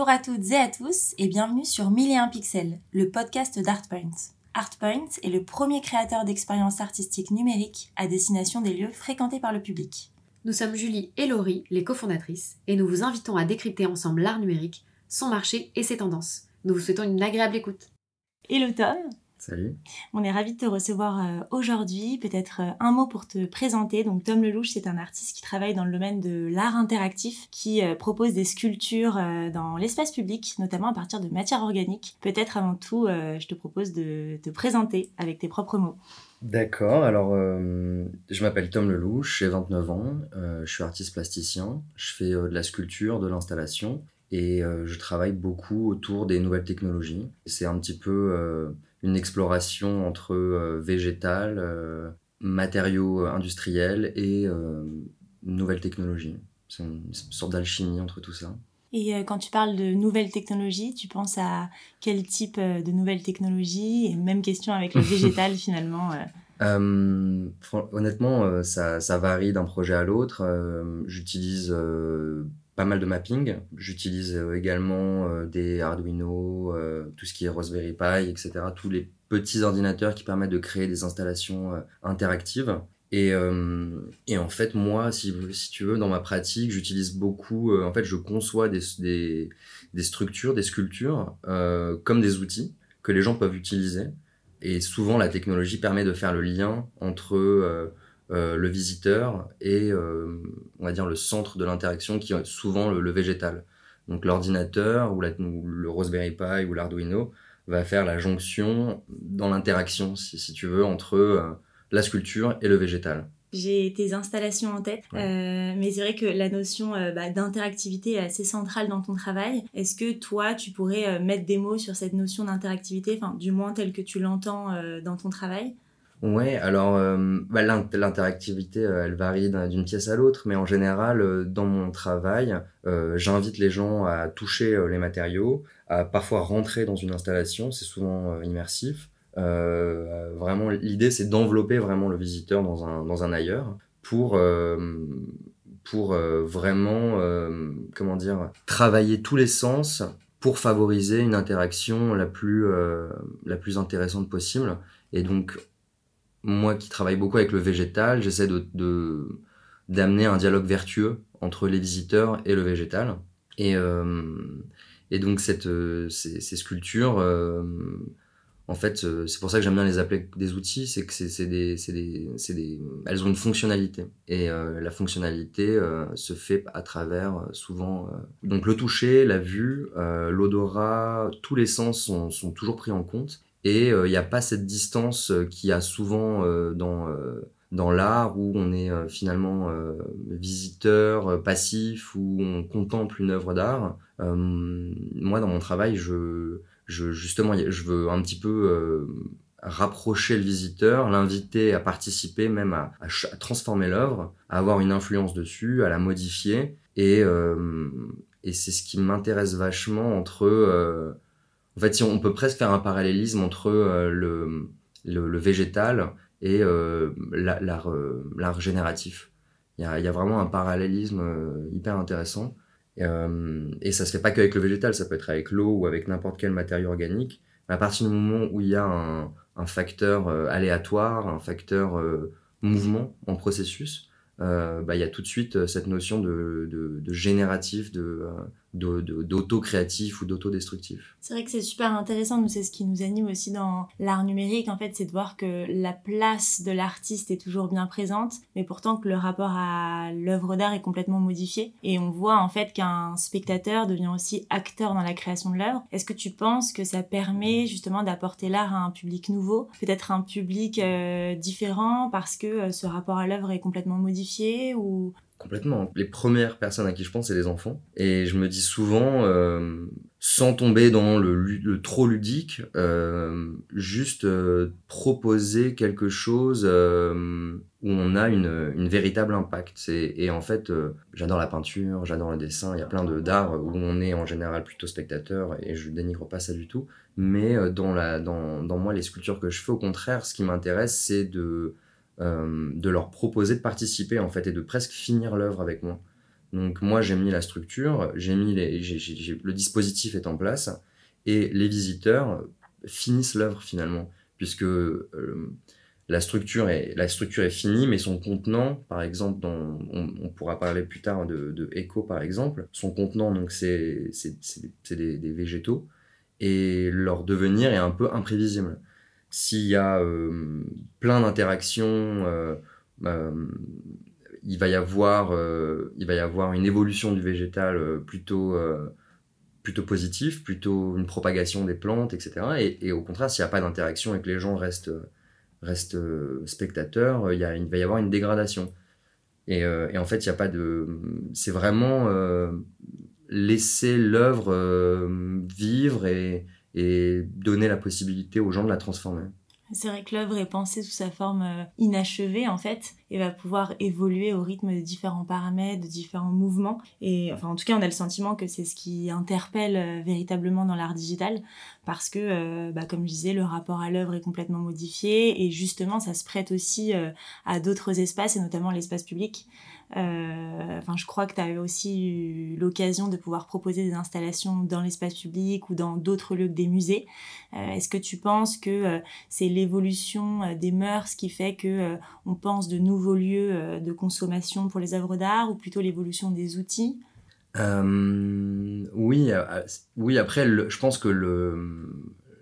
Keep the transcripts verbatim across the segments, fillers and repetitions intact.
Bonjour à toutes et à tous et bienvenue sur mille et un pixels, le podcast d'Artpoint. Artpoint est le premier créateur d'expériences artistiques numériques à destination des lieux fréquentés par le public. Nous sommes Julie et Laurie, les cofondatrices, et nous vous invitons à décrypter ensemble l'art numérique, son marché et ses tendances. Nous vous souhaitons une agréable écoute. Hello Tom. Salut. On est ravis de te recevoir euh, aujourd'hui. Peut-être euh, un mot pour te présenter. Donc Tom Lelouch, c'est un artiste qui travaille dans le domaine de l'art interactif, qui euh, propose des sculptures euh, dans l'espace public, notamment à partir de matières organiques. Peut-être avant tout, euh, je te propose de te présenter avec tes propres mots. D'accord, alors euh, je m'appelle Tom Lelouch, j'ai vingt-neuf ans, euh, je suis artiste plasticien, je fais euh, de la sculpture, de l'installation et euh, je travaille beaucoup autour des nouvelles technologies. C'est un petit peu euh, une exploration entre euh, végétal, euh, matériaux industriels et euh, nouvelles technologies. C'est une sorte d'alchimie entre tout ça. Et euh, quand tu parles de nouvelles technologies, tu penses à quel type euh, de nouvelles technologies? Et même question avec le végétal finalement. Euh... Euh, honnêtement, euh, ça, ça varie d'un projet à l'autre. Euh, j'utilise euh, pas mal de mapping. J'utilise euh, également euh, des Arduino, euh, tout ce qui est Raspberry Pi, et cetera. Tous les petits ordinateurs qui permettent de créer des installations euh, interactives. Et, euh, et en fait, moi, si, si tu veux, dans ma pratique, j'utilise beaucoup... Euh, en fait, je conçois des, des, des structures, des sculptures, euh, comme des outils que les gens peuvent utiliser. Et souvent, la technologie permet de faire le lien entre euh, euh, le visiteur et, euh, on va dire, le centre de l'interaction, qui est souvent le, le végétal. Donc, l'ordinateur ou, la, ou le Raspberry Pi ou l'Arduino va faire la jonction dans l'interaction, si, si tu veux, entre euh, la sculpture et le végétal. J'ai tes installations en tête, Ouais. euh, mais c'est vrai que la notion euh, bah, d'interactivité est assez centrale dans ton travail. Est-ce que toi, tu pourrais euh, mettre des mots sur cette notion d'interactivité, enfin, du moins telle que tu l'entends euh, dans ton travail? Ouais, alors euh, bah, l'int- l'interactivité, euh, elle varie d'un- d'une pièce à l'autre, mais en général, euh, dans mon travail, euh, j'invite les gens à toucher euh, les matériaux, à parfois rentrer dans une installation, c'est souvent euh, immersif. Euh, vraiment, l'idée, c'est d'envelopper vraiment le visiteur dans un, dans un ailleurs pour, euh, pour euh, vraiment, euh, comment dire, travailler tous les sens pour favoriser une interaction la plus, euh, la plus intéressante possible. Et donc, moi qui travaille beaucoup avec le végétal, j'essaie de, de, d'amener un dialogue vertueux entre les visiteurs et le végétal. Et, euh, et donc cette, euh, ces, ces sculptures, euh, en fait, euh, c'est pour ça que j'aime bien les appeler des outils, c'est que c'est, c'est des, c'est des, c'est des, elles ont une fonctionnalité. Et euh, la fonctionnalité euh, se fait à travers euh, souvent euh, donc le toucher, la vue, euh, l'odorat, tous les sens sont, sont toujours pris en compte. Et il euh, n'y a pas cette distance euh, qu'il y a souvent euh, dans, euh, dans l'art où on est euh, finalement euh, visiteur, euh, passif, où on contemple une œuvre d'art. Euh, moi, dans mon travail, je, je, justement, je veux un petit peu euh, rapprocher le visiteur, l'inviter à participer, même à, à, ch- à transformer l'œuvre, à avoir une influence dessus, à la modifier. Et, euh, et c'est ce qui m'intéresse vachement entre... Euh, En fait, si on, on peut presque faire un parallélisme entre euh, le, le, le végétal et euh, la- l'art, euh, l'art génératif. Il y a, il y a vraiment un parallélisme euh, hyper intéressant. Et, euh, et ça se fait pas qu'avec le végétal, ça peut être avec l'eau ou avec n'importe quel matériau organique. Mais à partir du moment où il y a un, un facteur euh, aléatoire, un facteur euh, mouvement en processus, euh, bah, il y a tout de suite euh, cette notion de, de, de génératif, de, euh, de, de, d'auto-créatif ou d'auto-destructif. C'est vrai que c'est super intéressant, nous c'est ce qui nous anime aussi dans l'art numérique en fait, c'est de voir que la place de l'artiste est toujours bien présente, mais pourtant que le rapport à l'œuvre d'art est complètement modifié et on voit en fait qu'un spectateur devient aussi acteur dans la création de l'œuvre. Est-ce que tu penses que ça permet justement d'apporter l'art à un public nouveau, peut-être un public euh, différent parce que euh, ce rapport à l'œuvre est complètement modifié ou... Complètement. Les premières personnes à qui je pense, c'est les enfants. Et je me dis souvent, euh, sans tomber dans le, lu- le trop ludique, euh, juste euh, proposer quelque chose euh, où on a une, une véritable impact. C'est, et en fait, euh, j'adore la peinture, j'adore le dessin, il y a plein de, d'art où on est en général plutôt spectateur, et je dénigre pas ça du tout. Mais euh, dans, la, dans, dans moi, les sculptures que je fais, au contraire, ce qui m'intéresse, c'est de... Euh, de leur proposer de participer en fait et de presque finir l'œuvre avec moi. Donc moi j'ai mis la structure, j'ai mis les, j'ai, j'ai, j'ai- le dispositif est en place et les visiteurs finissent l'œuvre finalement, puisque euh, la structure est la structure est finie, mais son contenant, par exemple, dans, on, on pourra parler plus tard de, de Echo par exemple, son contenant donc c'est c'est c'est, c'est des, des végétaux et leur devenir est un peu imprévisible. S'il y a euh, plein d'interactions, euh, euh, il va y avoir, euh, il va y avoir une évolution du végétal euh, plutôt, euh, plutôt positive, plutôt une propagation des plantes, et cetera. Et, et au contraire, s'il n'y a pas d'interaction et que les gens restent, restent euh, spectateurs, il, y a, il va y avoir une dégradation. Et, euh, et en fait, il y a pas de. C'est vraiment euh, laisser l'œuvre euh, vivre et, et donner la possibilité aux gens de la transformer. C'est vrai que l'œuvre est pensée sous sa forme euh, inachevée en fait et va pouvoir évoluer au rythme de différents paramètres, de différents mouvements. Et enfin en tout cas on a le sentiment que c'est ce qui interpelle euh, véritablement dans l'art digital parce que euh, bah, comme je disais le rapport à l'œuvre est complètement modifié et justement ça se prête aussi euh, à d'autres espaces et notamment l'espace public. Euh, enfin, je crois que tu as aussi eu l'occasion de pouvoir proposer des installations dans l'espace public ou dans d'autres lieux que des musées. Euh, est-ce que tu penses que euh, c'est l'évolution euh, des mœurs qui fait que euh, on pense de nouveaux lieux euh, de consommation pour les œuvres d'art ou plutôt l'évolution des outils? Euh, oui, euh, oui. Après, le- je pense que le,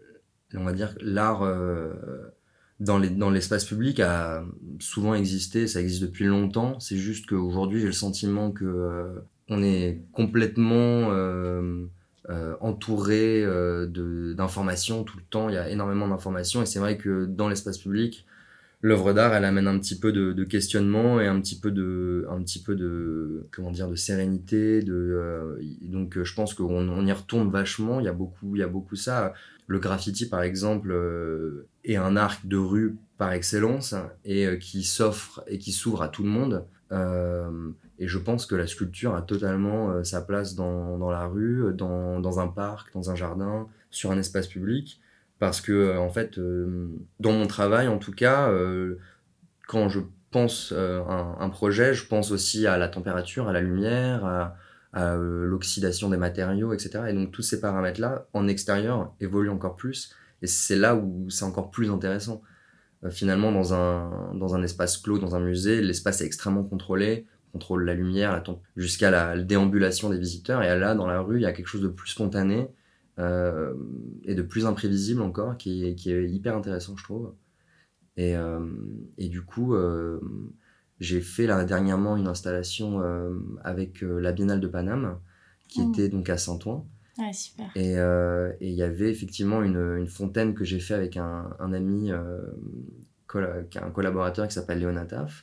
on va dire, l'art euh, dans les, dans l'espace public a souvent existé, ça existe depuis longtemps. C'est juste qu'aujourd'hui, j'ai le sentiment que euh, on est complètement euh, euh, entouré euh, de, d'informations tout le temps. Il y a énormément d'informations et c'est vrai que dans l'espace public, l'œuvre d'art, elle amène un petit peu de, de questionnement et un petit peu de, un petit peu de, comment dire, de sérénité. De, euh, donc, euh, je pense qu'on on y retourne vachement. Il y a beaucoup, il y a beaucoup ça. Le graffiti, par exemple, euh, est un art de rue par excellence et euh, qui s'offre et qui s'ouvre à tout le monde. Euh, et je pense que la sculpture a totalement euh, sa place dans, dans la rue, dans, dans un parc, dans un jardin, sur un espace public. Parce que, euh, en fait, euh, dans mon travail, en tout cas, euh, quand je pense euh, un, un projet, je pense aussi à la température, à la lumière, à, à, euh, l'oxydation des matériaux, et cetera. Et donc, tous ces paramètres-là, en extérieur, évoluent encore plus. Et c'est là où c'est encore plus intéressant. Euh, finalement, dans un, dans un espace clos, dans un musée, l'espace est extrêmement contrôlé, on contrôle la lumière, la temp- jusqu'à la, la déambulation des visiteurs. Et là, dans la rue, il y a quelque chose de plus spontané euh, et de plus imprévisible encore, qui est, qui est hyper intéressant, je trouve. Et, euh, et du coup, euh, j'ai fait là, dernièrement une installation euh, avec euh, la Biennale de Paname, qui Mmh. était donc à Saint-Ouen. Ouais, super. Et euh, et il y avait effectivement une, une fontaine que j'ai fait avec un, un ami, euh, colla- qui est un collaborateur qui s'appelle Léon Attaf.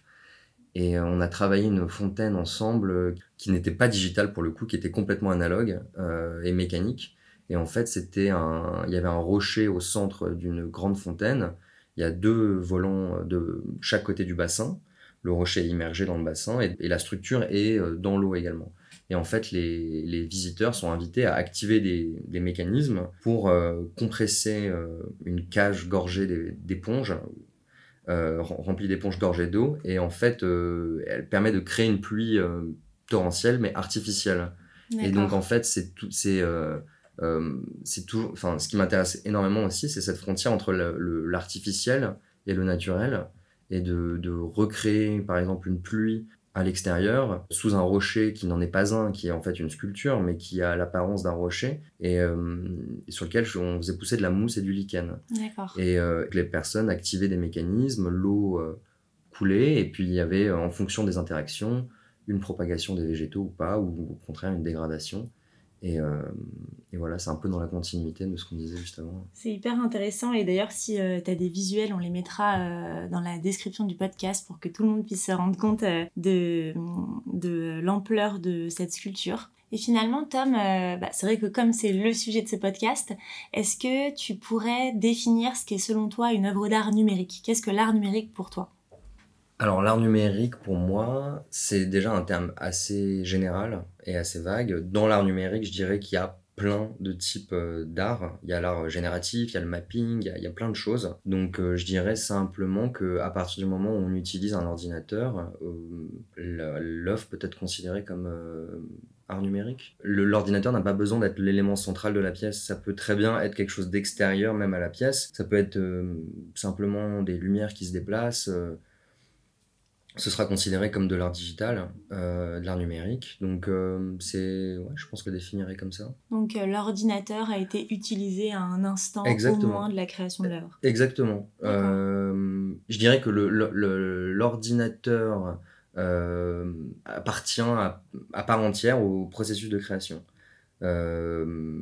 Et euh, on a travaillé une fontaine ensemble euh, qui n'était pas digitale pour le coup, qui était complètement analogue euh, et mécanique. Et en fait, c'était un, il y avait un rocher au centre d'une grande fontaine. Il y a deux volants de chaque côté du bassin. Le rocher est immergé dans le bassin et, et la structure est euh, dans l'eau également. Et en fait, les, les visiteurs sont invités à activer des, des mécanismes pour euh, compresser euh, une cage gorgée d'é- d'éponges, euh, rem- remplie d'éponges gorgées d'eau. Et en fait, euh, elle permet de créer une pluie euh, torrentielle, mais artificielle. Et donc, en D'accord. fait, c'est tout, c'est, euh, euh, c'est toujours, enfin, ce qui m'intéresse énormément aussi, c'est cette frontière entre le- le- l'artificiel et le naturel, et de, de recréer, par exemple, une pluie à l'extérieur, sous un rocher qui n'en est pas un, qui est en fait une sculpture, mais qui a l'apparence d'un rocher, et, euh, et sur lequel on faisait pousser de la mousse et du lichen. D'accord. Et euh, les personnes activaient des mécanismes, l'eau euh, coulait, et puis il y avait, euh, en fonction des interactions, une propagation des végétaux ou pas, ou au contraire une dégradation. Et, euh, et voilà, c'est un peu dans la continuité de ce qu'on disait juste avant. C'est hyper intéressant et d'ailleurs si euh, tu as des visuels, on les mettra euh, dans la description du podcast pour que tout le monde puisse se rendre compte euh, de, de l'ampleur de cette sculpture. Et finalement, Tom, euh, bah, c'est vrai que comme c'est le sujet de ce podcast, est-ce que tu pourrais définir ce qu'est selon toi une œuvre d'art numérique? Qu'est-ce que l'art numérique pour toi? Alors, l'art numérique, pour moi, c'est déjà un terme assez général et assez vague. Dans l'art numérique, je dirais qu'il y a plein de types euh, d'art. Il y a l'art génératif, il y a le mapping, il y a, il y a plein de choses. Donc euh, je dirais simplement qu'à partir du moment où on utilise un ordinateur, euh, l'œuvre peut être considérée comme euh, art numérique. Le, l'ordinateur n'a pas besoin d'être l'élément central de la pièce. Ça peut très bien être quelque chose d'extérieur même à la pièce. Ça peut être euh, simplement des lumières qui se déplacent. Euh, ce sera considéré comme de l'art digital, euh, de l'art numérique. Donc, euh, c'est, ouais, je pense que je le définirais comme ça. Donc euh, l'ordinateur a été utilisé à un instant Exactement. au moins de la création de l'œuvre. Exactement. Euh, je dirais que le, le, le, l'ordinateur euh, appartient à, à part entière au processus de création. Euh,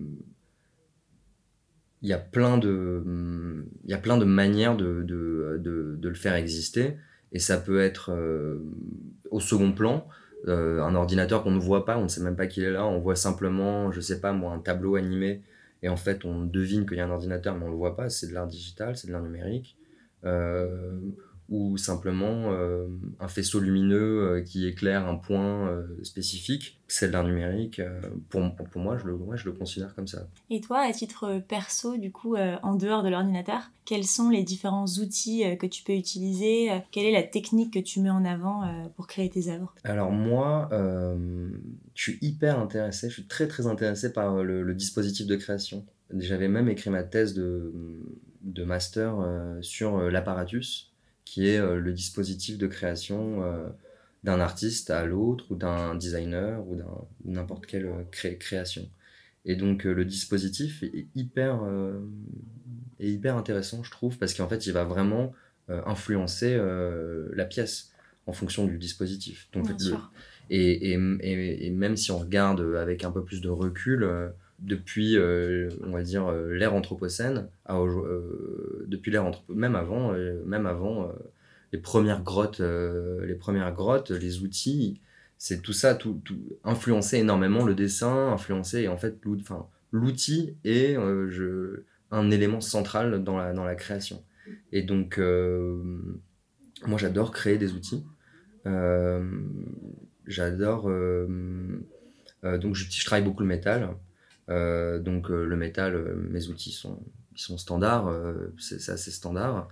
Il y a plein de, il y a plein de manières de, de, de, de le faire exister. Et ça peut être euh, au second plan, euh, un ordinateur qu'on ne voit pas, on ne sait même pas qu'il est là, on voit simplement, je sais pas moi, un tableau animé, et en fait on devine qu'il y a un ordinateur, mais on ne le voit pas, c'est de l'art digital, c'est de l'art numérique. Euh, ou simplement euh, un faisceau lumineux euh, qui éclaire un point euh, spécifique, c'est de l'art numérique. Euh, pour, pour moi, je le, ouais, je le considère comme ça. Et toi, à titre perso, du coup, euh, en dehors de l'ordinateur, quels sont les différents outils euh, que tu peux utiliser euh, Quelle est la technique que tu mets en avant euh, pour créer tes œuvres? Alors moi, euh, je suis hyper intéressé, je suis très très intéressé par le, le dispositif de création. J'avais même écrit ma thèse de, de master euh, sur euh, l'apparatus, qui est euh, le dispositif de création euh, d'un artiste à l'autre, ou d'un designer, ou d'un n'importe quelle euh, cré- création. Et donc euh, le dispositif est hyper, euh, est hyper intéressant, je trouve, parce qu'en fait, il va vraiment euh, influencer euh, la pièce en fonction du dispositif. Donc, Bien le, sûr. et, et, et, et même si on regarde avec un peu plus de recul, euh, depuis, euh, on va dire, euh, l'ère anthropocène, à, euh, depuis l'ère anthropo- même avant, euh, même avant euh, les premières grottes, euh, les premières grottes, les outils, c'est tout ça, tout, tout influençait énormément le dessin, influençait, et en fait, l'outil, enfin, l'outil est euh, je, un élément central dans la, dans la création. Et donc, euh, moi, j'adore créer des outils. Euh, j'adore. Euh, euh, donc, je, je travaille beaucoup le métal. Euh, donc, euh, le métal, euh, mes outils sont, ils sont standards. Euh, c'est, c'est assez standard.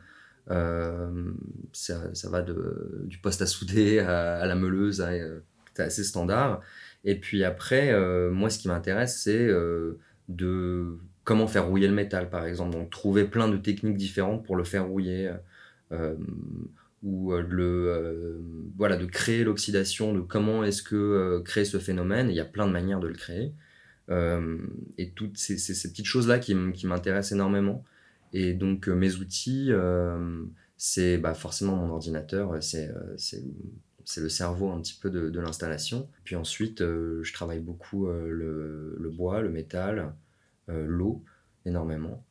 Euh, ça, ça va de, du poste à souder à, à la meuleuse. À, euh, c'est assez standard. Et puis après, euh, moi, ce qui m'intéresse, c'est euh, de comment faire rouiller le métal, par exemple. Donc, trouver plein de techniques différentes pour le faire rouiller. Euh, ou euh, le, euh, voilà, de créer l'oxydation, de comment est-ce que euh, créer ce phénomène. Il y a plein de manières de le créer. Euh, et toutes ces, ces, ces petites choses-là qui, m- qui m'intéressent énormément. Et donc, euh, mes outils, euh, c'est bah, forcément mon ordinateur, c'est, euh, c'est, c'est le cerveau un petit peu de, de l'installation. Puis ensuite, euh, je travaille beaucoup euh, le, le bois, le métal, euh, l'eau, énormément.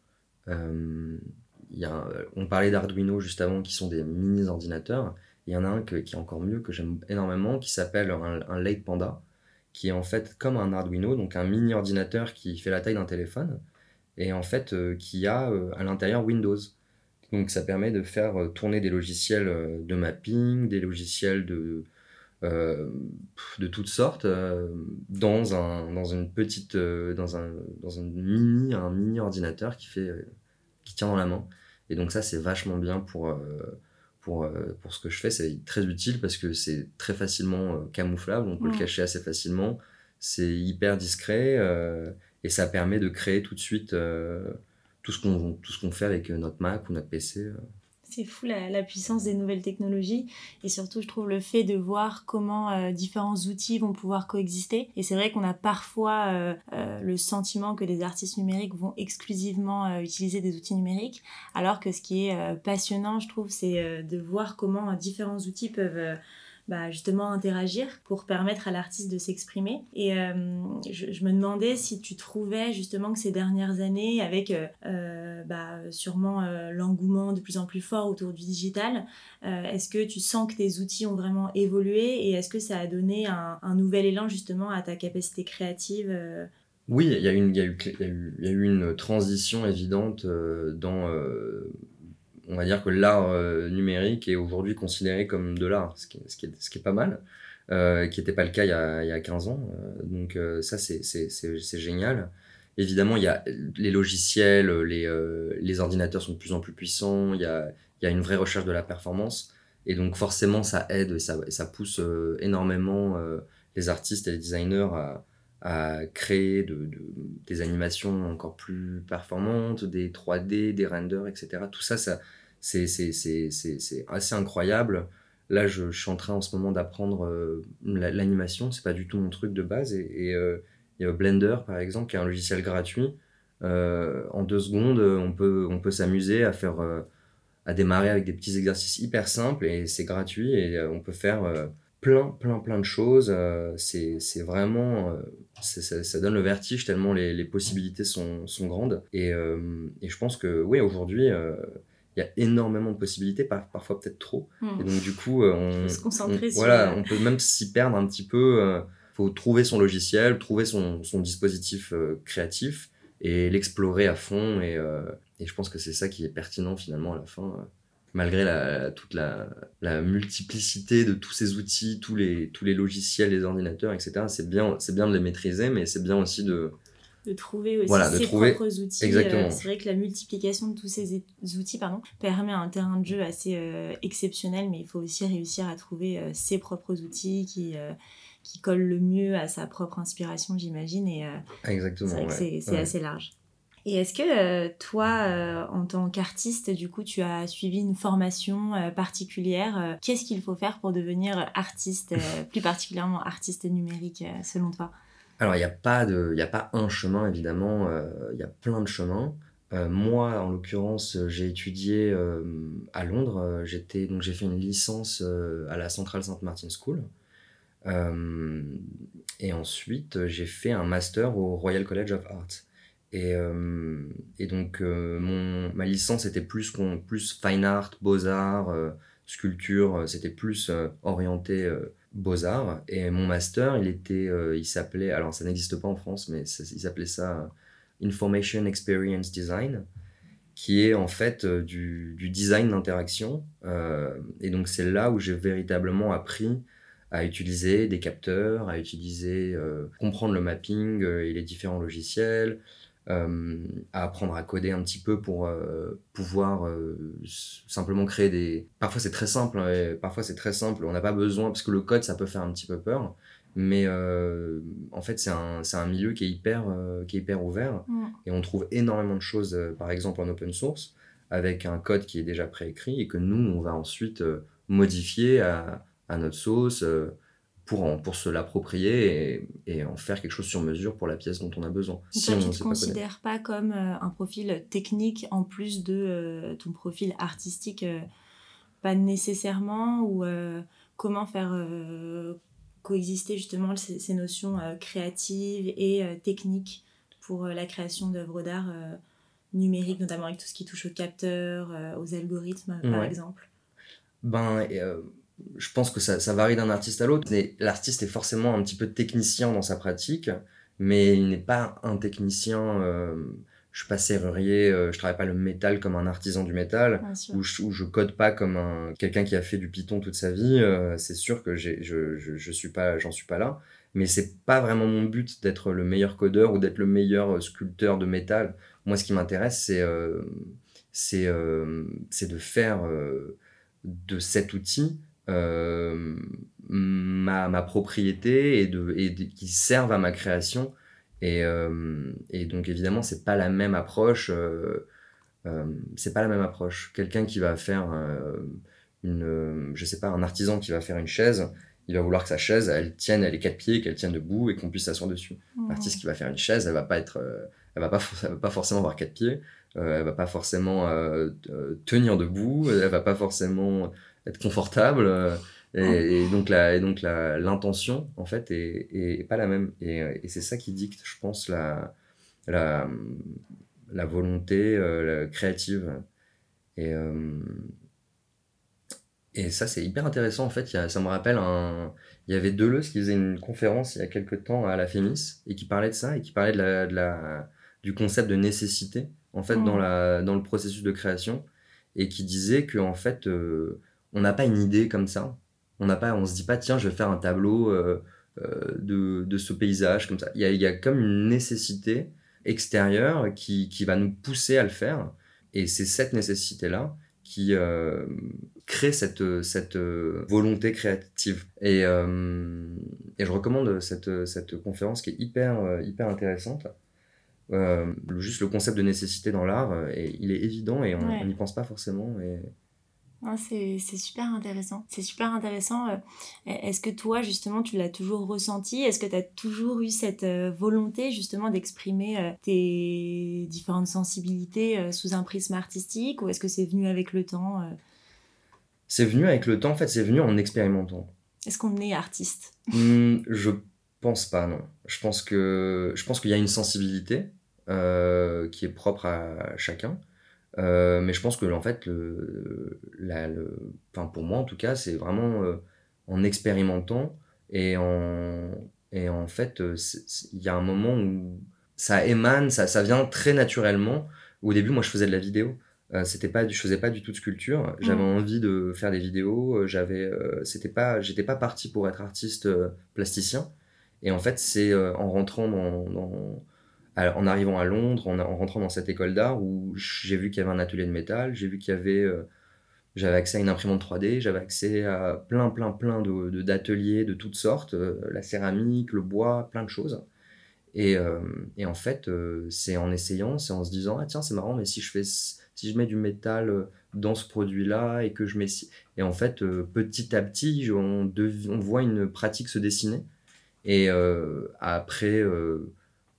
Euh, il y a un- on parlait d'Arduino juste avant, qui sont des mini-ordinateurs. Il y en a un que- qui est encore mieux, que j'aime énormément, qui s'appelle un, un Late Panda, qui est en fait comme un Arduino, donc un mini-ordinateur qui fait la taille d'un téléphone, et en fait euh, qui a euh, à l'intérieur Windows. Donc ça permet de faire euh, tourner des logiciels euh, de mapping, des logiciels de, euh, de toutes sortes, euh, dans, un, dans une petite, euh, dans un, dans une mini, un mini ordinateur qui fait, euh, qui tient dans la main. Et donc ça, c'est vachement bien pour, euh, pour, euh, pour ce que je fais. C'est très utile parce que c'est très facilement euh, camouflable, on peut le Mm. cacher assez facilement. C'est hyper discret euh, et ça permet de créer tout de suite euh, tout ce qu'on tout ce qu'on fait avec notre Mac ou notre P C. euh. C'est fou la, la puissance des nouvelles technologies et surtout je trouve le fait de voir comment euh, différents outils vont pouvoir coexister et c'est vrai qu'on a parfois euh, euh, le sentiment que les artistes numériques vont exclusivement euh, utiliser des outils numériques alors que ce qui est euh, passionnant je trouve c'est euh, de voir comment euh, différents outils peuvent euh, bah, justement interagir pour permettre à l'artiste de s'exprimer. Et euh, je, je me demandais si tu trouvais justement que ces dernières années, avec euh, euh, bah, sûrement euh, l'engouement de plus en plus fort autour du digital, euh, est-ce que tu sens que tes outils ont vraiment évolué et est-ce que ça a donné un, un nouvel élan justement à ta capacité créative euh... Oui, il y a une, il y a eu, il y a eu, il y a eu une transition évidente euh, dans, euh, on va dire que l'art euh, numérique est aujourd'hui considéré comme de l'art, ce qui est, ce qui est, ce qui est pas mal, euh, qui n'était pas le cas il y a, il y a quinze ans. Euh, donc euh, ça, c'est, c'est, c'est, c'est génial. évidemment, il y a les logiciels, les, euh, les ordinateurs sont de plus en plus puissants, il y a, il y a une vraie recherche de la performance. Et donc forcément, ça aide et ça, et ça pousse euh, énormément euh, les artistes et les designers à, à créer de, de, des animations encore plus performantes, des trois D, des renders, et cetera. Tout ça, ça c'est, c'est, c'est, c'est, c'est assez incroyable. Là, je, je suis en train en ce moment d'apprendre euh, la, l'animation, c'est pas du tout mon truc de base. Et, et euh, il y a Blender, par exemple, qui est un logiciel gratuit. Euh, en deux secondes, on peut, on peut s'amuser à faire... Euh, à démarrer avec des petits exercices hyper simples et c'est gratuit et euh, on peut faire euh, plein, plein, plein de choses. Euh, c'est, c'est vraiment... Euh, c'est, ça, ça donne le vertige tellement les, les possibilités sont, sont grandes. Et, euh, et je pense que, oui, aujourd'hui, il euh, y a énormément de possibilités, par, parfois peut-être trop. Mmh. Et donc, du coup, euh, on, Faut se concentrer on, sur... voilà, on peut même s'y perdre un petit peu. Il euh, faut trouver son logiciel, trouver son, son dispositif euh, créatif et l'explorer à fond. Et, euh, et je pense que c'est ça qui est pertinent finalement à la fin, euh, malgré la, toute la, la multiplicité de tous ces outils, tous les, tous les logiciels, les ordinateurs, et cetera. C'est bien, c'est bien de les maîtriser, mais c'est bien aussi de... de trouver aussi voilà, de ses trouver... propres outils. Exactement. Euh, c'est vrai que la multiplication de tous ces outils pardon, permet un terrain de jeu assez euh, exceptionnel, mais il faut aussi réussir à trouver euh, ses propres outils qui... Euh, qui colle le mieux à sa propre inspiration, j'imagine. Et euh, Exactement, c'est vrai que ouais. c'est, c'est ouais. assez large. Et est-ce que euh, toi, euh, en tant qu'artiste, du coup, tu as suivi une formation euh, particulière euh, Qu'est-ce qu'il faut faire pour devenir artiste, euh, plus particulièrement artiste numérique, euh, selon toi ? Alors, il n'y a pas de, il n'y a pas un chemin, évidemment. Euh, il y a plein de chemins. Euh, moi, en l'occurrence, j'ai étudié euh, à Londres. J'étais, donc, j'ai fait une licence euh, à la Central Saint Martin's School. Euh, et ensuite, j'ai fait un master au Royal College of Art. Et, euh, et donc, euh, mon, ma licence était plus, plus fine art, beaux-arts, euh, sculpture, c'était plus euh, orienté euh, beaux-arts. Et mon master, il, était, euh, il s'appelait, alors ça n'existe pas en France, mais ça, il s'appelait ça Information Experience Design, qui est en fait euh, du, du design d'interaction. Euh, et donc, c'est là où j'ai véritablement appris à utiliser des capteurs, à utiliser, euh, comprendre le mapping euh, et les différents logiciels, euh, à apprendre à coder un petit peu pour euh, pouvoir euh, simplement créer des... Parfois c'est très simple, hein, parfois c'est très simple, on n'a pas besoin, parce que le code ça peut faire un petit peu peur, mais euh, en fait c'est un, c'est un milieu qui est hyper, euh, qui est hyper ouvert, mmh. et on trouve énormément de choses, euh, par exemple en open source, avec un code qui est déjà préécrit, et que nous on va ensuite euh, modifier à à notre sauce euh, pour, en, pour se l'approprier et, et en faire quelque chose sur mesure pour la pièce dont on a besoin. Si toi, on tu ne te considères pas, pas comme euh, un profil technique en plus de euh, ton profil artistique, euh, pas nécessairement, ou euh, comment faire euh, coexister justement ces, ces notions euh, créatives et euh, techniques pour euh, la création d'œuvres d'art euh, numériques, notamment avec tout ce qui touche aux capteurs, euh, aux algorithmes, par ouais. exemple. Ben, euh, je pense que ça, ça varie d'un artiste à l'autre. Mais l'artiste est forcément un petit peu technicien dans sa pratique, mais il n'est pas un technicien. Euh, je suis pas serrurier, euh, je travaille pas le métal comme un artisan du métal, ou je, ou je code pas comme un, quelqu'un qui a fait du Python toute sa vie. Euh, c'est sûr que j'ai, je, je, je suis pas, j'en suis pas là. Mais c'est pas vraiment mon but d'être le meilleur codeur ou d'être le meilleur sculpteur de métal. Moi, ce qui m'intéresse, c'est, euh, c'est, euh, c'est de faire euh, de cet outil euh, ma, ma propriété et, de, et de, qui servent à ma création. Et, euh, et donc évidemment, c'est pas la même approche. Euh, euh, c'est pas la même approche. Quelqu'un qui va faire euh, une, je sais pas, un artisan qui va faire une chaise, il va vouloir que sa chaise, elle tienne, elle ait quatre pieds, qu'elle tienne debout et qu'on puisse s'asseoir dessus. Mmh. L'artiste qui va faire une chaise, elle va pas être, euh, elle va pas, elle va pas forcément avoir quatre pieds, euh, elle va pas forcément euh, tenir debout, elle va pas forcément être confortable. Euh, Et, et donc, la, et donc la, l'intention, en fait, est, est, est pas la même. Et, et c'est ça qui dicte, je pense, la, la, la volonté euh, la créative. Et, euh, et ça, c'est hyper intéressant, en fait. Il y a, ça me rappelle, un, il y avait Deleuze qui faisait une conférence il y a quelques temps à la Fémis et qui parlait de ça, et qui parlait de la, de la, du concept de nécessité, en fait, mmh. dans, la, dans le processus de création, et qui disait qu'en fait, euh, on n'a pas une idée comme ça. On n'a pas, on se dit pas, tiens, je vais faire un tableau euh, euh, de, de ce paysage comme ça. Il y a, il y a comme une nécessité, extérieure qui, qui va nous pousser à le faire. Et c'est cette nécessité-là qui euh, crée cette, cette volonté créative. Et, euh, et je recommande cette, cette conférence qui est hyper, hyper intéressante. Euh, juste le concept de nécessité dans l'art, euh, et il est évident et on Ouais. n'y pense pas forcément. Et... Ah, c'est, c'est super intéressant. C'est super intéressant. Euh, Est-ce que toi, justement, tu l'as toujours ressenti? Est-ce que tu as toujours eu cette euh, volonté, justement, d'exprimer euh, tes différentes sensibilités euh, sous un prisme artistique? Ou est-ce que c'est venu avec le temps euh... C'est venu avec le temps, en fait, c'est venu en expérimentant. Est-ce qu'on est artiste? Mmh, je pense pas, non. Je pense que, je pense qu'il y a une sensibilité euh, qui est propre à chacun. Euh, mais je pense que en fait, le, la, le, enfin pour moi en tout cas, c'est vraiment euh, en expérimentant et en, et en fait, il y a un moment où ça émane, ça, ça vient très naturellement. Au début, moi, je faisais de la vidéo. Euh, c'était pas, je faisais pas du tout de sculpture. J'avais Mmh. envie de faire des vidéos. J'avais, euh, c'était pas, j'étais pas parti pour être artiste euh, plasticien. Et en fait, c'est euh, en rentrant dans, dans en arrivant à Londres, en, en rentrant dans cette école d'art où j'ai vu qu'il y avait un atelier de métal, j'ai vu qu'il y avait, euh, j'avais accès à une imprimante trois D, j'avais accès à plein, plein, plein de, de, d'ateliers de toutes sortes, euh, la céramique, le bois, plein de choses. Et, euh, et en fait, euh, c'est en essayant, c'est en se disant, ah tiens, c'est marrant, mais si je fais, si je mets du métal dans ce produit-là et que je mets, et en fait, euh, petit à petit, on, dev... on voit une pratique se dessiner. Et euh, après, euh,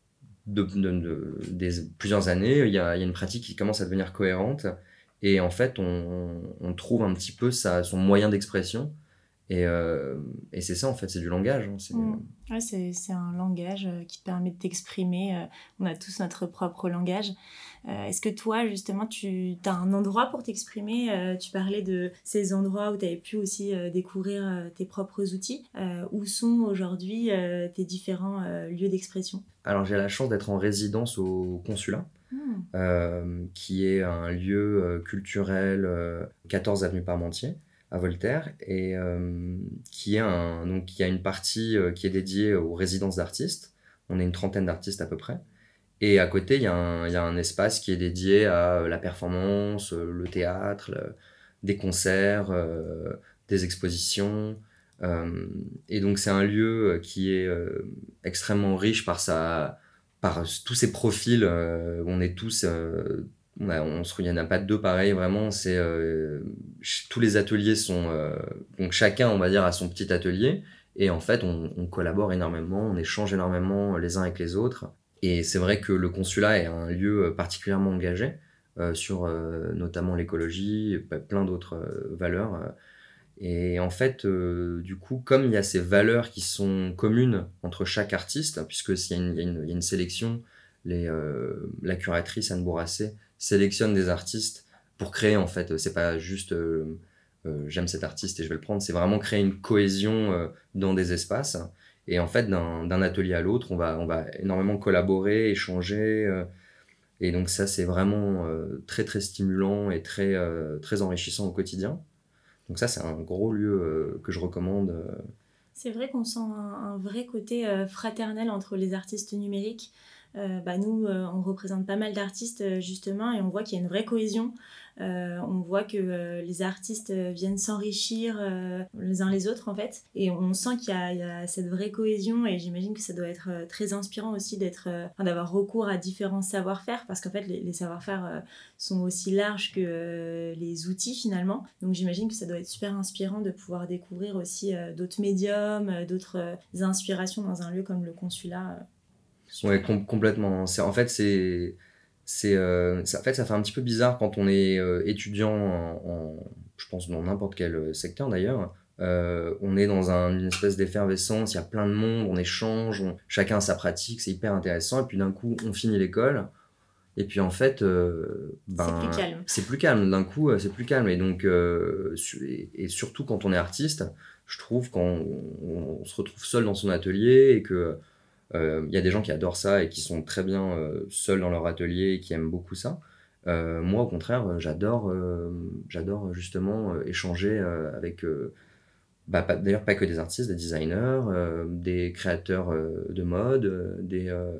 De, de, de, des, plusieurs années, il y, a, il y a une pratique qui commence à devenir cohérente et en fait on, on trouve un petit peu sa, son moyen d'expression et, euh, et c'est ça en fait, c'est du langage. Hein, c'est... Mmh. Ouais, c'est, c'est un langage euh, qui te permet de t'exprimer. Euh, on a tous notre propre langage. Euh, est-ce que toi, justement, tu as un endroit pour t'exprimer? euh, Tu parlais de ces endroits où tu avais pu aussi euh, découvrir euh, tes propres outils. Euh, où sont aujourd'hui euh, tes différents euh, lieux d'expression? Alors j'ai la chance d'être en résidence au consulat, Mmh. euh, qui est un lieu euh, culturel euh, quatorze avenue Parmentier à Voltaire, et euh, qui, est un, donc, qui a une partie euh, qui est dédiée aux résidences d'artistes. On est une trentaine d'artistes à peu près. Et à côté, il y, y a un espace qui est dédié à la performance, le théâtre, le, des concerts, euh, des expositions. Euh, et donc c'est un lieu qui est euh, extrêmement riche par, sa, par tous ses profils. Euh, on est tous... Euh, on a, on se, il n'y en a pas deux pareils, vraiment. C'est, euh, tous les ateliers sont... Euh, donc chacun, on va dire, a son petit atelier. Et en fait, on, on collabore énormément, on échange énormément les uns avec les autres. Et c'est vrai que le consulat est un lieu particulièrement engagé euh, sur euh, notamment l'écologie, et plein d'autres euh, valeurs. Euh, et en fait, euh, du coup, comme il y a ces valeurs qui sont communes entre chaque artiste, puisque s'il y a une, il y a une, il y a une sélection, les, euh, la curatrice Anne Bourrassé sélectionne des artistes pour créer, en fait, c'est pas juste euh, euh, j'aime cet artiste et je vais le prendre, c'est vraiment créer une cohésion euh, dans des espaces. Et en fait, d'un, d'un atelier à l'autre, on va, on va énormément collaborer, échanger. Euh, et donc ça, c'est vraiment euh, très, très stimulant et très, euh, très enrichissant au quotidien. Donc ça, c'est un gros lieu euh, que je recommande. Euh. C'est vrai qu'on sent un, un vrai côté euh, fraternel entre les artistes numériques. Euh, bah nous, euh, on représente pas mal d'artistes euh, justement et on voit qu'il y a une vraie cohésion. Euh, on voit que euh, les artistes viennent s'enrichir euh, les uns les autres en fait. Et on sent qu'il y a, il y a cette vraie cohésion et j'imagine que ça doit être euh, très inspirant aussi d'être, euh, enfin, d'avoir recours à différents savoir-faire parce qu'en fait les, les savoir-faire euh, sont aussi larges que euh, les outils finalement. Donc j'imagine que ça doit être super inspirant de pouvoir découvrir aussi euh, d'autres médiums, euh, d'autres euh, inspirations dans un lieu comme le consulat. Euh. Ouais, com- complètement. C'est, en fait, c'est, c'est, euh, ça, en fait, ça fait un petit peu bizarre quand on est euh, étudiant, en, en- je pense dans n'importe quel secteur d'ailleurs. Euh, on est dans un- une espèce d'effervescence, il y a plein de monde, on échange, on- chacun a sa pratique, c'est hyper intéressant. Et puis d'un coup, on finit l'école. Et puis en fait, euh, C'est plus ben, calme. c'est plus calme. D'un coup, euh, c'est plus calme. Et donc, euh, su- et, et surtout quand on est artiste, je trouve quand on, on se retrouve seul dans son atelier et que il euh, y a des gens qui adorent ça et qui sont très bien euh, seuls dans leur atelier et qui aiment beaucoup ça. Euh, moi, au contraire, j'adore, euh, j'adore justement euh, échanger euh, avec, euh, bah, pas, d'ailleurs pas que des artistes, des designers, euh, des créateurs euh, de mode, euh, des, euh,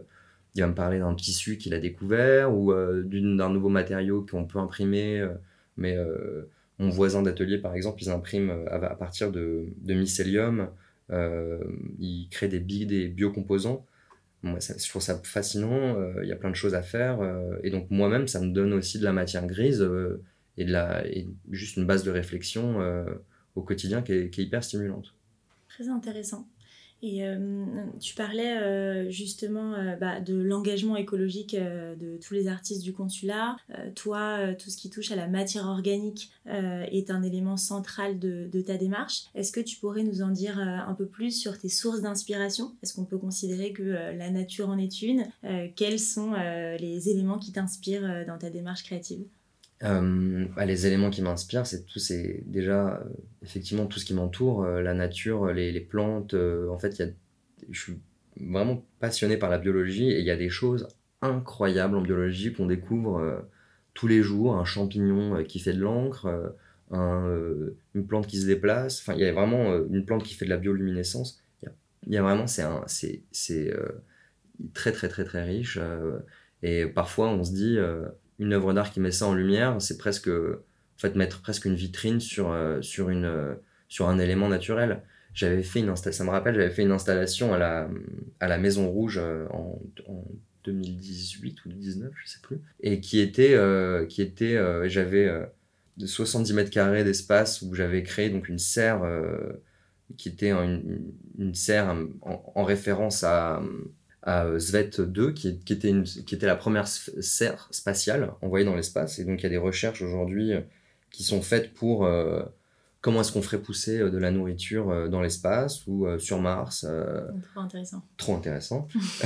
il va me parler d'un tissu qu'il a découvert ou euh, d'une, d'un nouveau matériau qu'on peut imprimer. Euh, mais euh, mon voisin d'atelier, par exemple, ils impriment euh, à, à partir de, de mycélium. Euh, ils créent des, bi- des biocomposants. Moi, ça, je trouve ça fascinant. Il euh, y a plein de choses à faire. Euh, et donc, moi-même, ça me donne aussi de la matière grise euh, et, de la, et juste une base de réflexion euh, au quotidien qui est, qui est hyper stimulante. Très intéressant. Et euh, tu parlais euh, justement euh, bah, de l'engagement écologique euh, de tous les artistes du consulat. Euh, toi, euh, tout ce qui touche à la matière organique euh, est un élément central de, de ta démarche. Est-ce que tu pourrais nous en dire euh, un peu plus sur tes sources d'inspiration ? Est-ce qu'on peut considérer que euh, la nature en est une ? euh, Quels sont euh, les éléments qui t'inspirent euh, dans ta démarche créative ? Euh, bah, les éléments qui m'inspirent, c'est tout, c'est déjà euh, effectivement tout ce qui m'entoure, euh, la nature, les, les plantes. Euh, en fait, il y a, je suis vraiment passionné par la biologie et il y a des choses incroyables en biologie qu'on découvre euh, tous les jours. Un champignon euh, qui fait de l'encre, euh, un, euh, une plante qui se déplace. Enfin, il y a vraiment euh, une plante qui fait de la bioluminescence. Il y a, il y a vraiment, c'est un, c'est, c'est euh, très très très très riche. Euh, et parfois, on se dit. Euh, une œuvre d'art qui met ça en lumière, c'est presque, en fait, mettre presque une vitrine sur, euh, sur, une, euh, sur un élément naturel. J'avais fait une insta- ça me rappelle, j'avais fait une installation à la, à la Maison Rouge euh, en, en deux mille dix-huit ou deux mille dix-neuf, je sais plus, et qui était, euh, qui était euh, j'avais euh, de soixante-dix mètres carrés d'espace où j'avais créé donc une serre euh, qui était une, une serre en, en référence à à Svet deux, qui, qui, était une, qui était la première serre spatiale envoyée dans l'espace. Et donc, il y a des recherches aujourd'hui qui sont faites pour euh, comment est-ce qu'on ferait pousser de la nourriture euh, dans l'espace ou euh, sur Mars. Euh, Trop intéressant. Trop intéressant.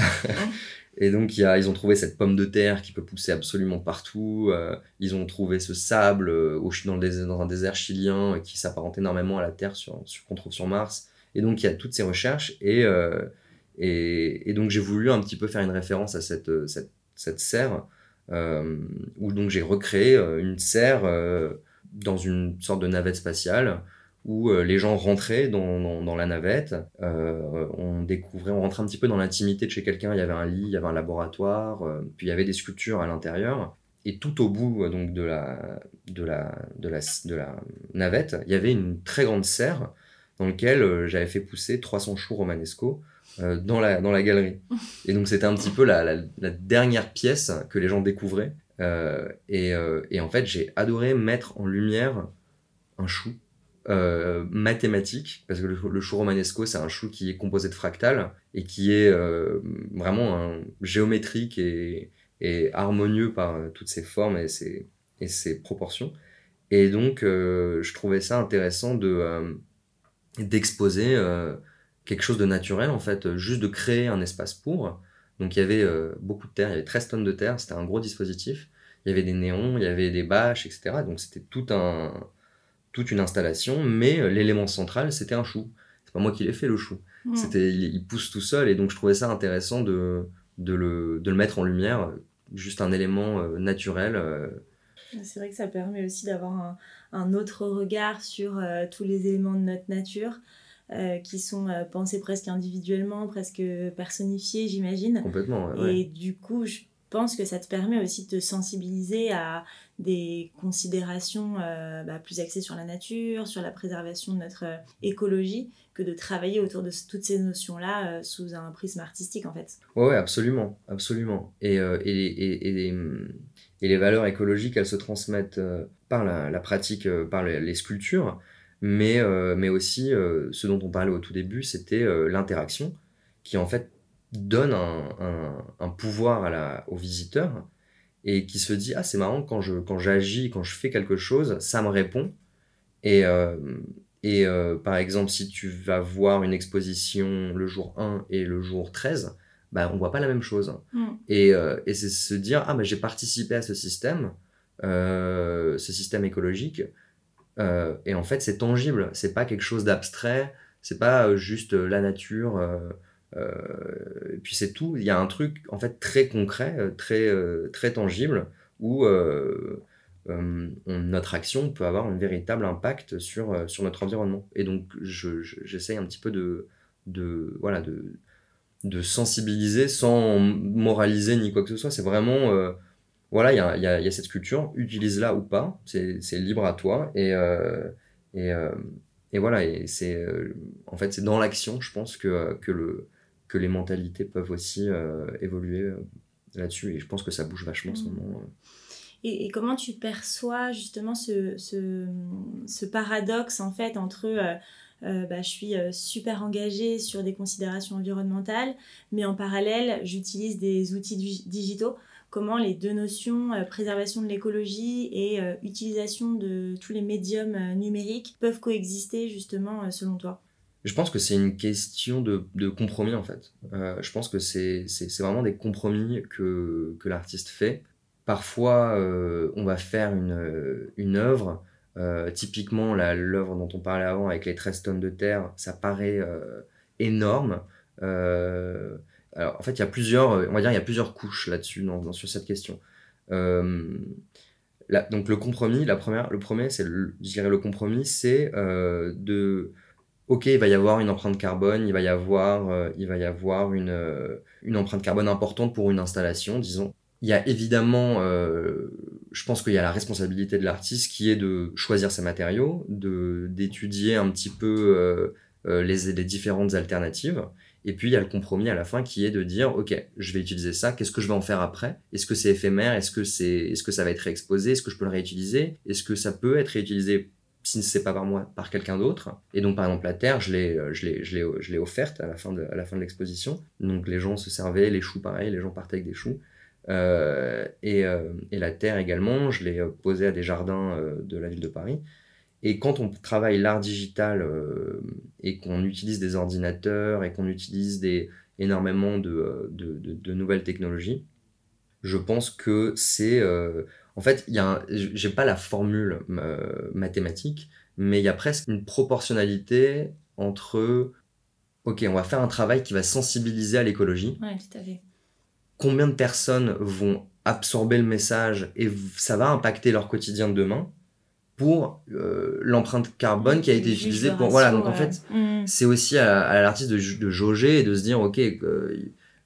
Et donc, il y a, ils ont trouvé cette pomme de terre qui peut pousser absolument partout. Euh, ils ont trouvé ce sable euh, au, dans, le désert, dans un désert chilien euh, qui s'apparente énormément à la Terre sur, sur, qu'on trouve sur Mars. Et donc, il y a toutes ces recherches. Et... Euh, Et, et donc j'ai voulu un petit peu faire une référence à cette, cette, cette serre, euh, où donc j'ai recréé une serre euh, dans une sorte de navette spatiale, où euh, les gens rentraient dans, dans, dans la navette, euh, on découvrait, on rentrait un petit peu dans l'intimité de chez quelqu'un, il y avait un lit, il y avait un laboratoire, euh, puis il y avait des sculptures à l'intérieur. Et tout au bout donc, de, la, de, la, de, la, de la navette, il y avait une très grande serre dans laquelle euh, j'avais fait pousser trois cents choux romanesco, Euh, dans, la, dans la galerie. Et donc c'était un petit peu la, la, la dernière pièce que les gens découvraient. Euh, et, euh, et en fait, j'ai adoré mettre en lumière un chou euh, mathématique, parce que le, le chou romanesco, c'est un chou qui est composé de fractales et qui est euh, vraiment un, géométrique et, et harmonieux par euh, toutes ses formes et ses, et ses proportions. Et donc, euh, je trouvais ça intéressant de, euh, d'exposer euh, quelque chose de naturel, en fait, juste de créer un espace pour. Donc il y avait euh, beaucoup de terre, il y avait treize tonnes de terre, c'était un gros dispositif. Il y avait des néons, il y avait des bâches, et cetera. Donc c'était tout un, toute une installation, mais euh, l'élément central, c'était un chou. C'est pas moi qui l'ai fait, le chou. Mmh. C'était, il, il pousse tout seul, et donc je trouvais ça intéressant de, de, le, de le mettre en lumière, juste un élément euh, naturel. Euh. C'est vrai que ça permet aussi d'avoir un, un autre regard sur euh, tous les éléments de notre nature. Euh, qui sont euh, pensés presque individuellement, presque personnifiés, j'imagine. Complètement, ouais, Et ouais. du coup, je pense que ça te permet aussi de te sensibiliser à des considérations euh, bah, plus axées sur la nature, sur la préservation de notre euh, écologie, que de travailler autour de toutes ces notions-là euh, sous un prisme artistique, en fait. Ouais, ouais, absolument, absolument. Et, euh, et, et, et, les, et les valeurs écologiques, elles se transmettent euh, par la, la pratique, euh, par les, les sculptures, mais, euh, mais aussi euh, ce dont on parlait au tout début, c'était euh, l'interaction, qui en fait donne un, un, un pouvoir à la, au visiteur, et qui se dit, ah c'est marrant, quand, je, quand j'agis, quand je fais quelque chose, ça me répond. Et, euh, et euh, par exemple, si tu vas voir une exposition le jour un et le jour treize, bah, on voit pas la même chose. Mm. Et, euh, et c'est se dire, ah bah, j'ai participé à ce système, euh, ce système écologique, euh, et en fait c'est tangible, c'est pas quelque chose d'abstrait, c'est pas juste la nature, euh, euh, et puis c'est tout. Il y a un truc en fait très concret, très, euh, très tangible, où euh, euh, on, notre action peut avoir un véritable impact sur, euh, sur notre environnement. Et donc je, je, j'essaye un petit peu de, de, voilà, de, de sensibiliser sans moraliser ni quoi que ce soit. C'est vraiment, euh, voilà, il y a, y, a, y a cette sculpture, utilise-la ou pas, c'est, c'est libre à toi. Et, euh, et, euh, et voilà, et c'est, euh, en fait, c'est dans l'action, je pense, que, que, le, que les mentalités peuvent aussi euh, évoluer euh, là-dessus. Et je pense que ça bouge vachement en ce moment. Euh. Et, et comment tu perçois justement ce, ce, ce paradoxe en fait entre euh, euh, bah, je suis euh, super engagée sur des considérations environnementales, mais en parallèle j'utilise des outils du- digitaux. Comment les deux notions, euh, préservation de l'écologie et euh, utilisation de tous les médiums euh, numériques, peuvent coexister justement euh, selon toi? Je pense que c'est une question de, de compromis en fait. Euh, je pense que c'est, c'est, c'est vraiment des compromis que, que l'artiste fait. Parfois, euh, on va faire une, une œuvre, euh, typiquement la, l'œuvre dont on parlait avant avec les treize tonnes de terre, ça paraît euh, énorme. Euh, alors en fait, il y a plusieurs, on va dire, il y a plusieurs couches là-dessus, dans, dans- sur cette question. Euh, la- donc le compromis, la première, le premier, c'est le, je dirais le compromis, c'est euh, de ok, il va y avoir une empreinte carbone, il va y avoir, euh, il va y avoir une, euh, une empreinte carbone importante pour une installation, disons. Il y a évidemment, euh, je pense qu'il y a la responsabilité de l'artiste qui est de choisir ses matériaux, de, d'étudier un petit peu euh, euh, les, les différentes alternatives. Et puis il y a le compromis à la fin qui est de dire, ok, je vais utiliser ça, qu'est-ce que je vais en faire après? Est-ce que c'est éphémère? Est-ce que c'est, est-ce que ça va être réexposé? Est-ce que je peux le réutiliser? Est-ce que ça peut être réutilisé si c'est pas par moi, par quelqu'un d'autre? Et donc, par exemple, la terre, je l'ai, je l'ai, je l'ai, je l'ai offerte à la fin de, à la fin de l'exposition. Donc, les gens se servaient, les choux, pareil, les gens partaient avec des choux. Euh, et, euh, et la terre également, je l'ai posée à des jardins euh, de la ville de Paris. Et quand on travaille l'art digital euh, et qu'on utilise des ordinateurs et qu'on utilise des, énormément de, de, de, de nouvelles technologies, je pense que c'est... euh, en fait, il y a un- j'ai pas la formule euh, mathématique, mais il y a presque une proportionnalité entre, ok, on va faire un travail qui va sensibiliser à l'écologie. Ouais, tout à fait. Combien de personnes vont absorber le message et v- ça va impacter leur quotidien de demain pour euh, l'empreinte carbone qui a été Tu juges utilisée le pour... Voilà, ratio, donc en euh, fait, hmm. c'est aussi à, à l'artiste de, ju- de jauger et de se dire, ok, euh,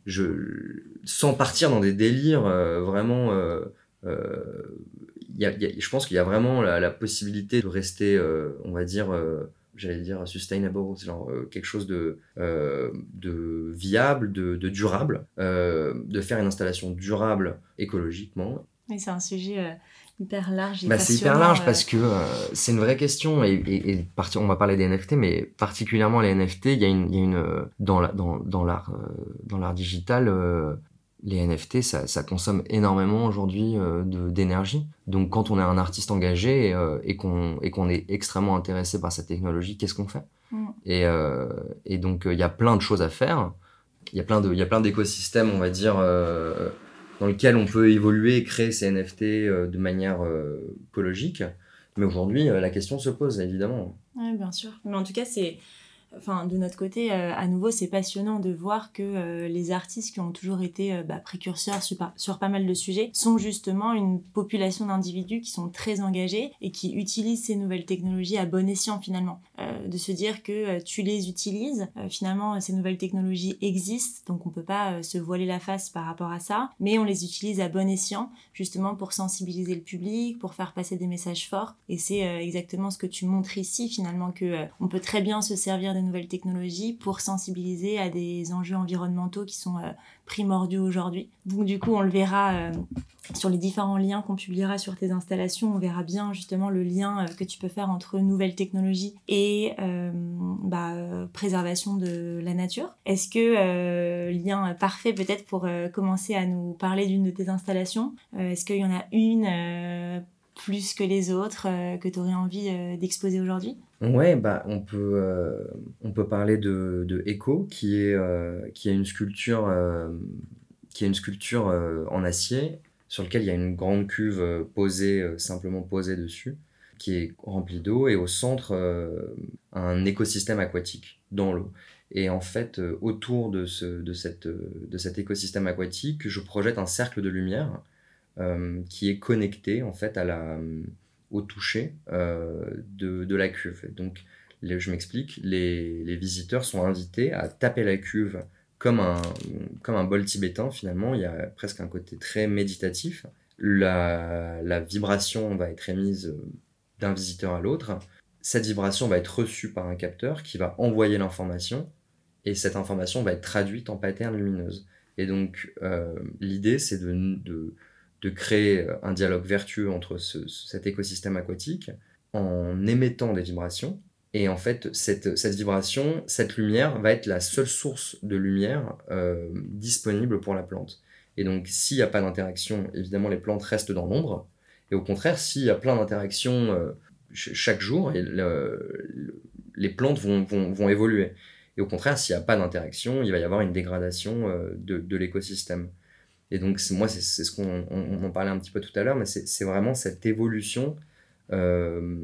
je, sans partir dans des délires euh, vraiment... euh, euh, il y a- il y a- je pense qu'il y a vraiment la, la possibilité de rester, euh, on va dire, euh, j'allais dire sustainable, genre euh, quelque chose de, euh, de viable, de, de durable, euh, de faire une installation durable écologiquement. Oui, c'est un sujet euh, hyper large et Bah, c'est passionnant. hyper large euh. parce que euh, c'est une vraie question et, et, et parti- on va parler des N F T, mais particulièrement les N F T, il y a une, il y a une euh, dans la, dans, dans l'art euh, dans l'art digital, euh, les N F T ça, ça consomme énormément aujourd'hui euh, de d'énergie. Donc quand on est un artiste engagé euh, et qu'on et qu'on est extrêmement intéressé par cette technologie, qu'est-ce qu'on fait? Mm. Et euh, et donc il euh, y a plein de choses à faire. Il y a plein de il y a plein d'écosystèmes, on va dire. Euh, dans lequel on peut évoluer et créer ces N F T euh, de manière euh, écologique. Mais aujourd'hui, euh, la question se pose, évidemment. Oui, bien sûr. Mais en tout cas, c'est... Enfin, de notre côté, euh, à nouveau, c'est passionnant de voir que euh, les artistes qui ont toujours été euh, bah, précurseurs sur, pas- sur pas mal de sujets sont justement une population d'individus qui sont très engagés et qui utilisent ces nouvelles technologies à bon escient finalement. Euh, de se dire que euh, tu les utilises, euh, finalement, ces nouvelles technologies existent, donc on peut pas euh, se voiler la face par rapport à ça, mais on les utilise à bon escient, justement pour sensibiliser le public, pour faire passer des messages forts. Et c'est euh, exactement ce que tu montres ici, finalement, que euh, on peut très bien se servir des nouvelles technologies pour sensibiliser à des enjeux environnementaux qui sont euh, primordiaux aujourd'hui. Donc du coup, on le verra euh, sur les différents liens qu'on publiera sur tes installations, on verra bien justement le lien euh, que tu peux faire entre nouvelles technologies et euh, bah, euh, préservation de la nature. Est-ce que euh, lien parfait peut-être pour euh, commencer à nous parler d'une de tes installations? Euh, est-ce qu'il y en a une euh, plus que les autres euh, que tu aurais envie euh, d'exposer aujourd'hui? Ouais, bah, on peut, euh, on peut parler de, de Echo, qui est, euh, qui est une sculpture, euh, qui est une sculpture euh, en acier, sur lequel il y a une grande cuve euh, posée, euh, simplement posée dessus, qui est remplie d'eau, et au centre, euh, un écosystème aquatique dans l'eau. Et en fait, euh, autour de, ce, de, cette, euh, de cet écosystème aquatique, je projette un cercle de lumière euh, qui est connecté en fait à la, au toucher euh, de, de la cuve. Donc, les, je m'explique, les, les visiteurs sont invités à taper la cuve comme un, comme un bol tibétain finalement, il y a presque un côté très méditatif. La, la vibration va être émise d'un visiteur à l'autre. Cette vibration va être reçue par un capteur qui va envoyer l'information et cette information va être traduite en pattern lumineuse. Et donc euh, l'idée c'est de, de, de créer un dialogue vertueux entre ce, cet écosystème aquatique en émettant des vibrations. Et en fait, cette, cette vibration, cette lumière va être la seule source de lumière euh, disponible pour la plante. Et donc, s'il n'y a pas d'interaction, évidemment, les plantes restent dans l'ombre. Et au contraire, s'il y a plein d'interactions euh, ch- chaque jour, et le, le, les plantes vont, vont, vont évoluer. Et au contraire, s'il n'y a pas d'interaction, il va y avoir une dégradation euh, de, de l'écosystème. Et donc, c'est, moi, c'est, c'est ce qu'on on, on en parlait un petit peu tout à l'heure, mais c'est, c'est vraiment cette évolution... Euh,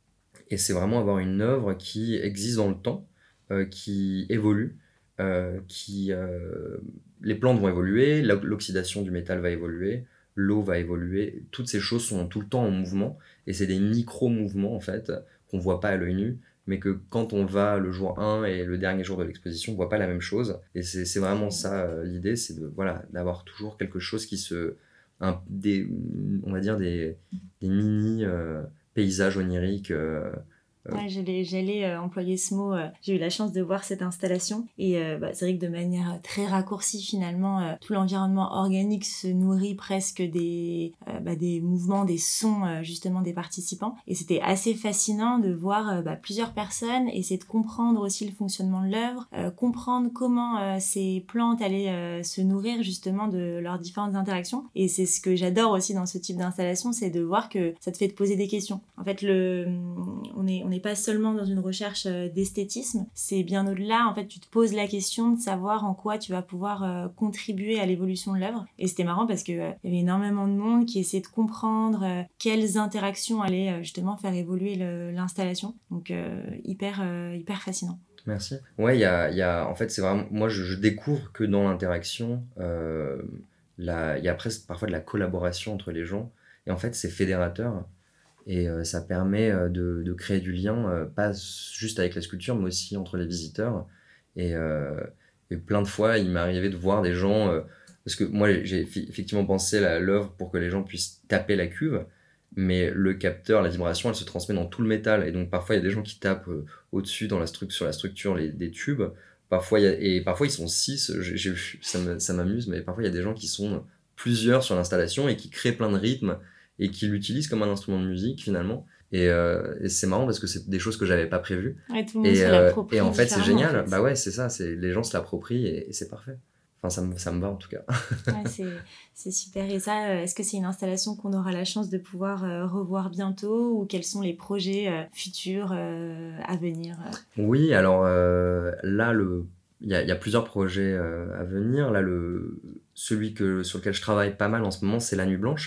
Et c'est vraiment avoir une œuvre qui existe dans le temps, euh, qui évolue, euh, qui, euh, les plantes vont évoluer, l'oxydation du métal va évoluer, l'eau va évoluer, toutes ces choses sont tout le temps en mouvement, et c'est des micro-mouvements en fait, qu'on ne voit pas à l'œil nu, mais que quand on va le jour un et le dernier jour de l'exposition, on ne voit pas la même chose. Et c'est, c'est vraiment ça euh, l'idée, c'est de, voilà, d'avoir toujours quelque chose qui se... Un, des, on va dire des, des mini... Euh, paysages oniriques. Euh, euh. Ouais, j'allais, j'allais euh, employer ce mot. Euh, j'ai eu la chance de voir cette installation et euh, bah, c'est vrai que de manière très raccourcie finalement, euh, tout l'environnement organique se nourrit presque des, euh, bah, des mouvements, des sons euh, justement des participants. Et c'était assez fascinant de voir euh, bah, plusieurs personnes essayer de comprendre aussi le fonctionnement de l'œuvre, euh, comprendre comment euh, ces plantes allaient euh, se nourrir justement de leurs différentes interactions. Et c'est ce que j'adore aussi dans ce type d'installation, c'est de voir que ça te fait te poser des questions. En fait, le, on est, on n'est pas seulement dans une recherche d'esthétisme, c'est bien au-delà. En fait, tu te poses la question de savoir en quoi tu vas pouvoir euh, contribuer à l'évolution de l'œuvre. Et c'était marrant parce que euh, il y avait énormément de monde qui essayait de comprendre euh, quelles interactions allaient euh, justement faire évoluer le, l'installation. Donc euh, hyper, euh, hyper fascinant. Merci. Ouais, il y a, y a, en fait, c'est vraiment, moi, je, je découvre que dans l'interaction, euh, il y a presque parfois de la collaboration entre les gens. Et en fait, c'est fédérateur. Et euh, ça permet euh, de, de créer du lien, euh, pas juste avec la sculpture, mais aussi entre les visiteurs. Et, euh, et plein de fois, il m'est arrivé de voir des gens... Euh, parce que moi, j'ai effectivement pensé à l'œuvre pour que les gens puissent taper la cuve, mais le capteur, la vibration, elle se transmet dans tout le métal. Et donc, parfois, il y a des gens qui tapent euh, au-dessus, dans la stru- sur la structure les, des tubes. Parfois, il y a, et parfois, ils sont six. J'ai, j'ai, ça, me, ça m'amuse, mais parfois, il y a des gens qui sont plusieurs sur l'installation et qui créent plein de rythmes et qui l'utilisent comme un instrument de musique finalement. Et, euh, et c'est marrant parce que c'est des choses que j'avais pas prévues. Ouais, tout le monde et, se euh, l'approprie et en fait, c'est génial. en fait. Bah ouais, c'est ça. C'est, les gens se l'approprient et, et c'est parfait. Enfin, ça me, ça me va en tout cas. Ouais, c'est, c'est super. Et ça, est-ce que c'est une installation qu'on aura la chance de pouvoir euh, revoir bientôt ou quels sont les projets euh, futurs euh, à venir? Oui, alors euh, là, le... il y a, y a plusieurs projets euh, à venir. Là, le... celui que, sur lequel je travaille pas mal en ce moment, c'est La Nuit Blanche.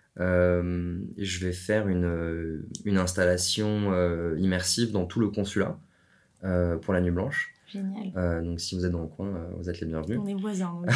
Euh, je vais faire une, une installation euh, immersive dans tout le consulat euh, pour La Nuit Blanche. Génial. Euh, donc si vous êtes dans le coin, euh, vous êtes les bienvenus. On est voisins. Donc.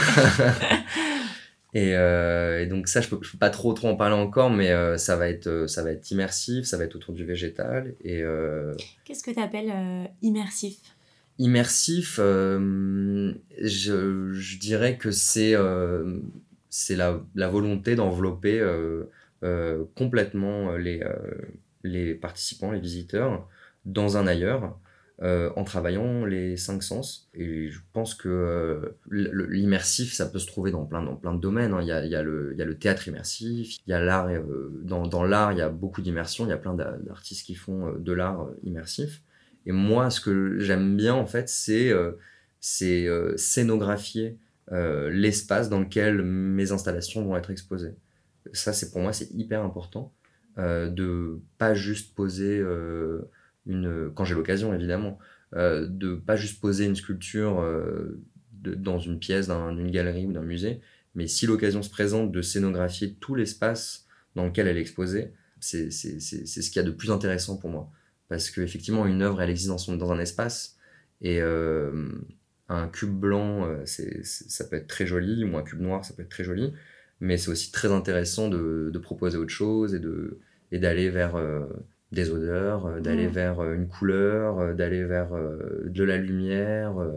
et, euh, et donc ça, je peux, je peux pas trop trop en parler encore, mais euh, ça va être ça va être immersif, ça va être autour du végétal. Et euh... qu'est-ce que tu appelles euh, immersif? Immersif, euh, je, je dirais que c'est euh, c'est la, la volonté d'envelopper euh, euh, complètement les, euh, les participants, les visiteurs, dans un ailleurs, euh, en travaillant les cinq sens. Et je pense que euh, l'immersif, ça peut se trouver dans plein, dans plein de domaines. Hein. Il y a, il y a le, il y a le théâtre immersif, il y a l'art. Euh, dans, dans l'art, il y a beaucoup d'immersion. Il y a plein d'artistes qui font de l'art immersif. Et moi, ce que j'aime bien, en fait, c'est euh, c'est euh, scénographier euh, l'espace dans lequel mes installations vont être exposées. Ça, c'est pour moi, c'est hyper important euh, de pas juste poser euh, une, quand j'ai l'occasion, évidemment, euh, de pas juste poser une sculpture euh, de, dans une pièce, dans une galerie ou d'un musée, mais si l'occasion se présente de scénographier tout l'espace dans lequel elle est exposée, c'est c'est c'est c'est ce qu'il y a de plus intéressant pour moi. Parce qu'effectivement, une œuvre, elle existe dans, son, dans un espace, et euh, un cube blanc, euh, c'est, c'est, ça peut être très joli, ou un cube noir, ça peut être très joli, mais c'est aussi très intéressant de, de proposer autre chose, et, de, et d'aller vers euh, des odeurs, euh, d'aller mmh. vers euh, une couleur, euh, d'aller vers euh, de la lumière. Euh,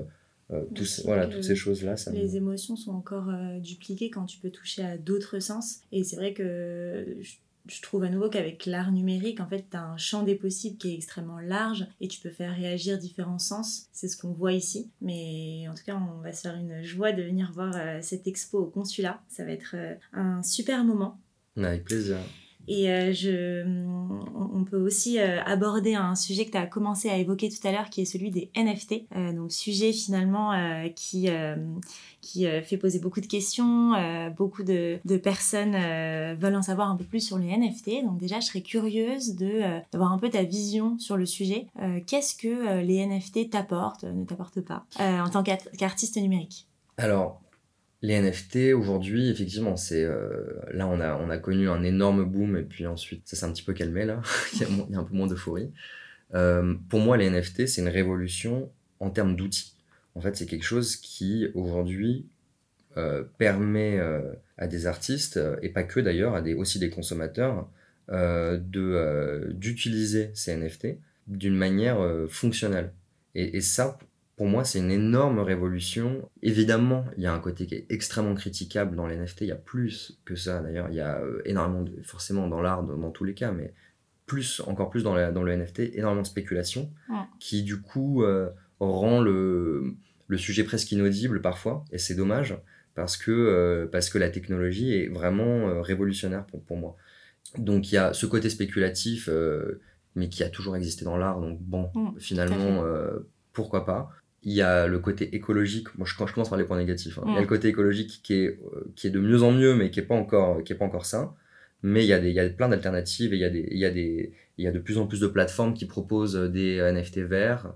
euh, tous, voilà, toutes ces choses-là. Ça les me... émotions sont encore euh, dupliquées quand tu peux toucher à d'autres sens. Et c'est vrai que je, je trouve à nouveau qu'avec l'art numérique, en fait, tu as un champ des possibles qui est extrêmement large et tu peux faire réagir différents sens. C'est ce qu'on voit ici. Mais en tout cas, on va se faire une joie de venir voir euh, cette expo au consulat. Ça va être euh, un super moment. Avec plaisir. Et euh, je, on peut aussi euh, aborder un sujet que tu as commencé à évoquer tout à l'heure, qui est celui des N F T. Euh, donc sujet finalement euh, qui, euh, qui euh, fait poser beaucoup de questions. Euh, beaucoup de, de personnes euh, veulent en savoir un peu plus sur les N F T. Donc déjà, je serais curieuse de, euh, d'avoir un peu ta vision sur le sujet. Euh, qu'est-ce que euh, les N F T t'apportent, ne t'apportent pas, euh, en tant qu'art- qu'artiste numérique? Alors, les N F T aujourd'hui, effectivement, c'est euh, là on a on a connu un énorme boom et puis ensuite ça s'est un petit peu calmé là. il, y a, il y a un peu moins d'euphorie. Euh, pour moi, les N F T c'est une révolution en termes d'outils. En fait, c'est quelque chose qui aujourd'hui euh, permet euh, à des artistes euh, et pas que d'ailleurs, à des aussi des consommateurs euh, de euh, d'utiliser ces N F T d'une manière euh, fonctionnelle. Et, et ça, pour moi, c'est une énorme révolution. Évidemment, il y a un côté qui est extrêmement critiquable dans les N F T. Il y a plus que ça, d'ailleurs. Il y a euh, énormément, de, forcément dans l'art, dans, dans tous les cas, mais plus, encore plus dans, la, dans le N F T, énormément de spéculation, Ouais. qui du coup euh, rend le, le sujet presque inaudible parfois. Et c'est dommage, parce que, euh, parce que la technologie est vraiment euh, révolutionnaire pour, pour moi. Donc il y a ce côté spéculatif, euh, mais qui a toujours existé dans l'art. Donc bon, Mmh, finalement, euh, pourquoi pas. Il y a le côté écologique. Moi, je, quand je commence par les points négatifs, hein. Mmh. Il y a le côté écologique qui est, euh, qui est de mieux en mieux, mais qui n'est pas encore, qui est pas encore ça. Mais il y a, des, il y a plein d'alternatives et il y, a des, il, y a des, il y a de plus en plus de plateformes qui proposent des N F T verts,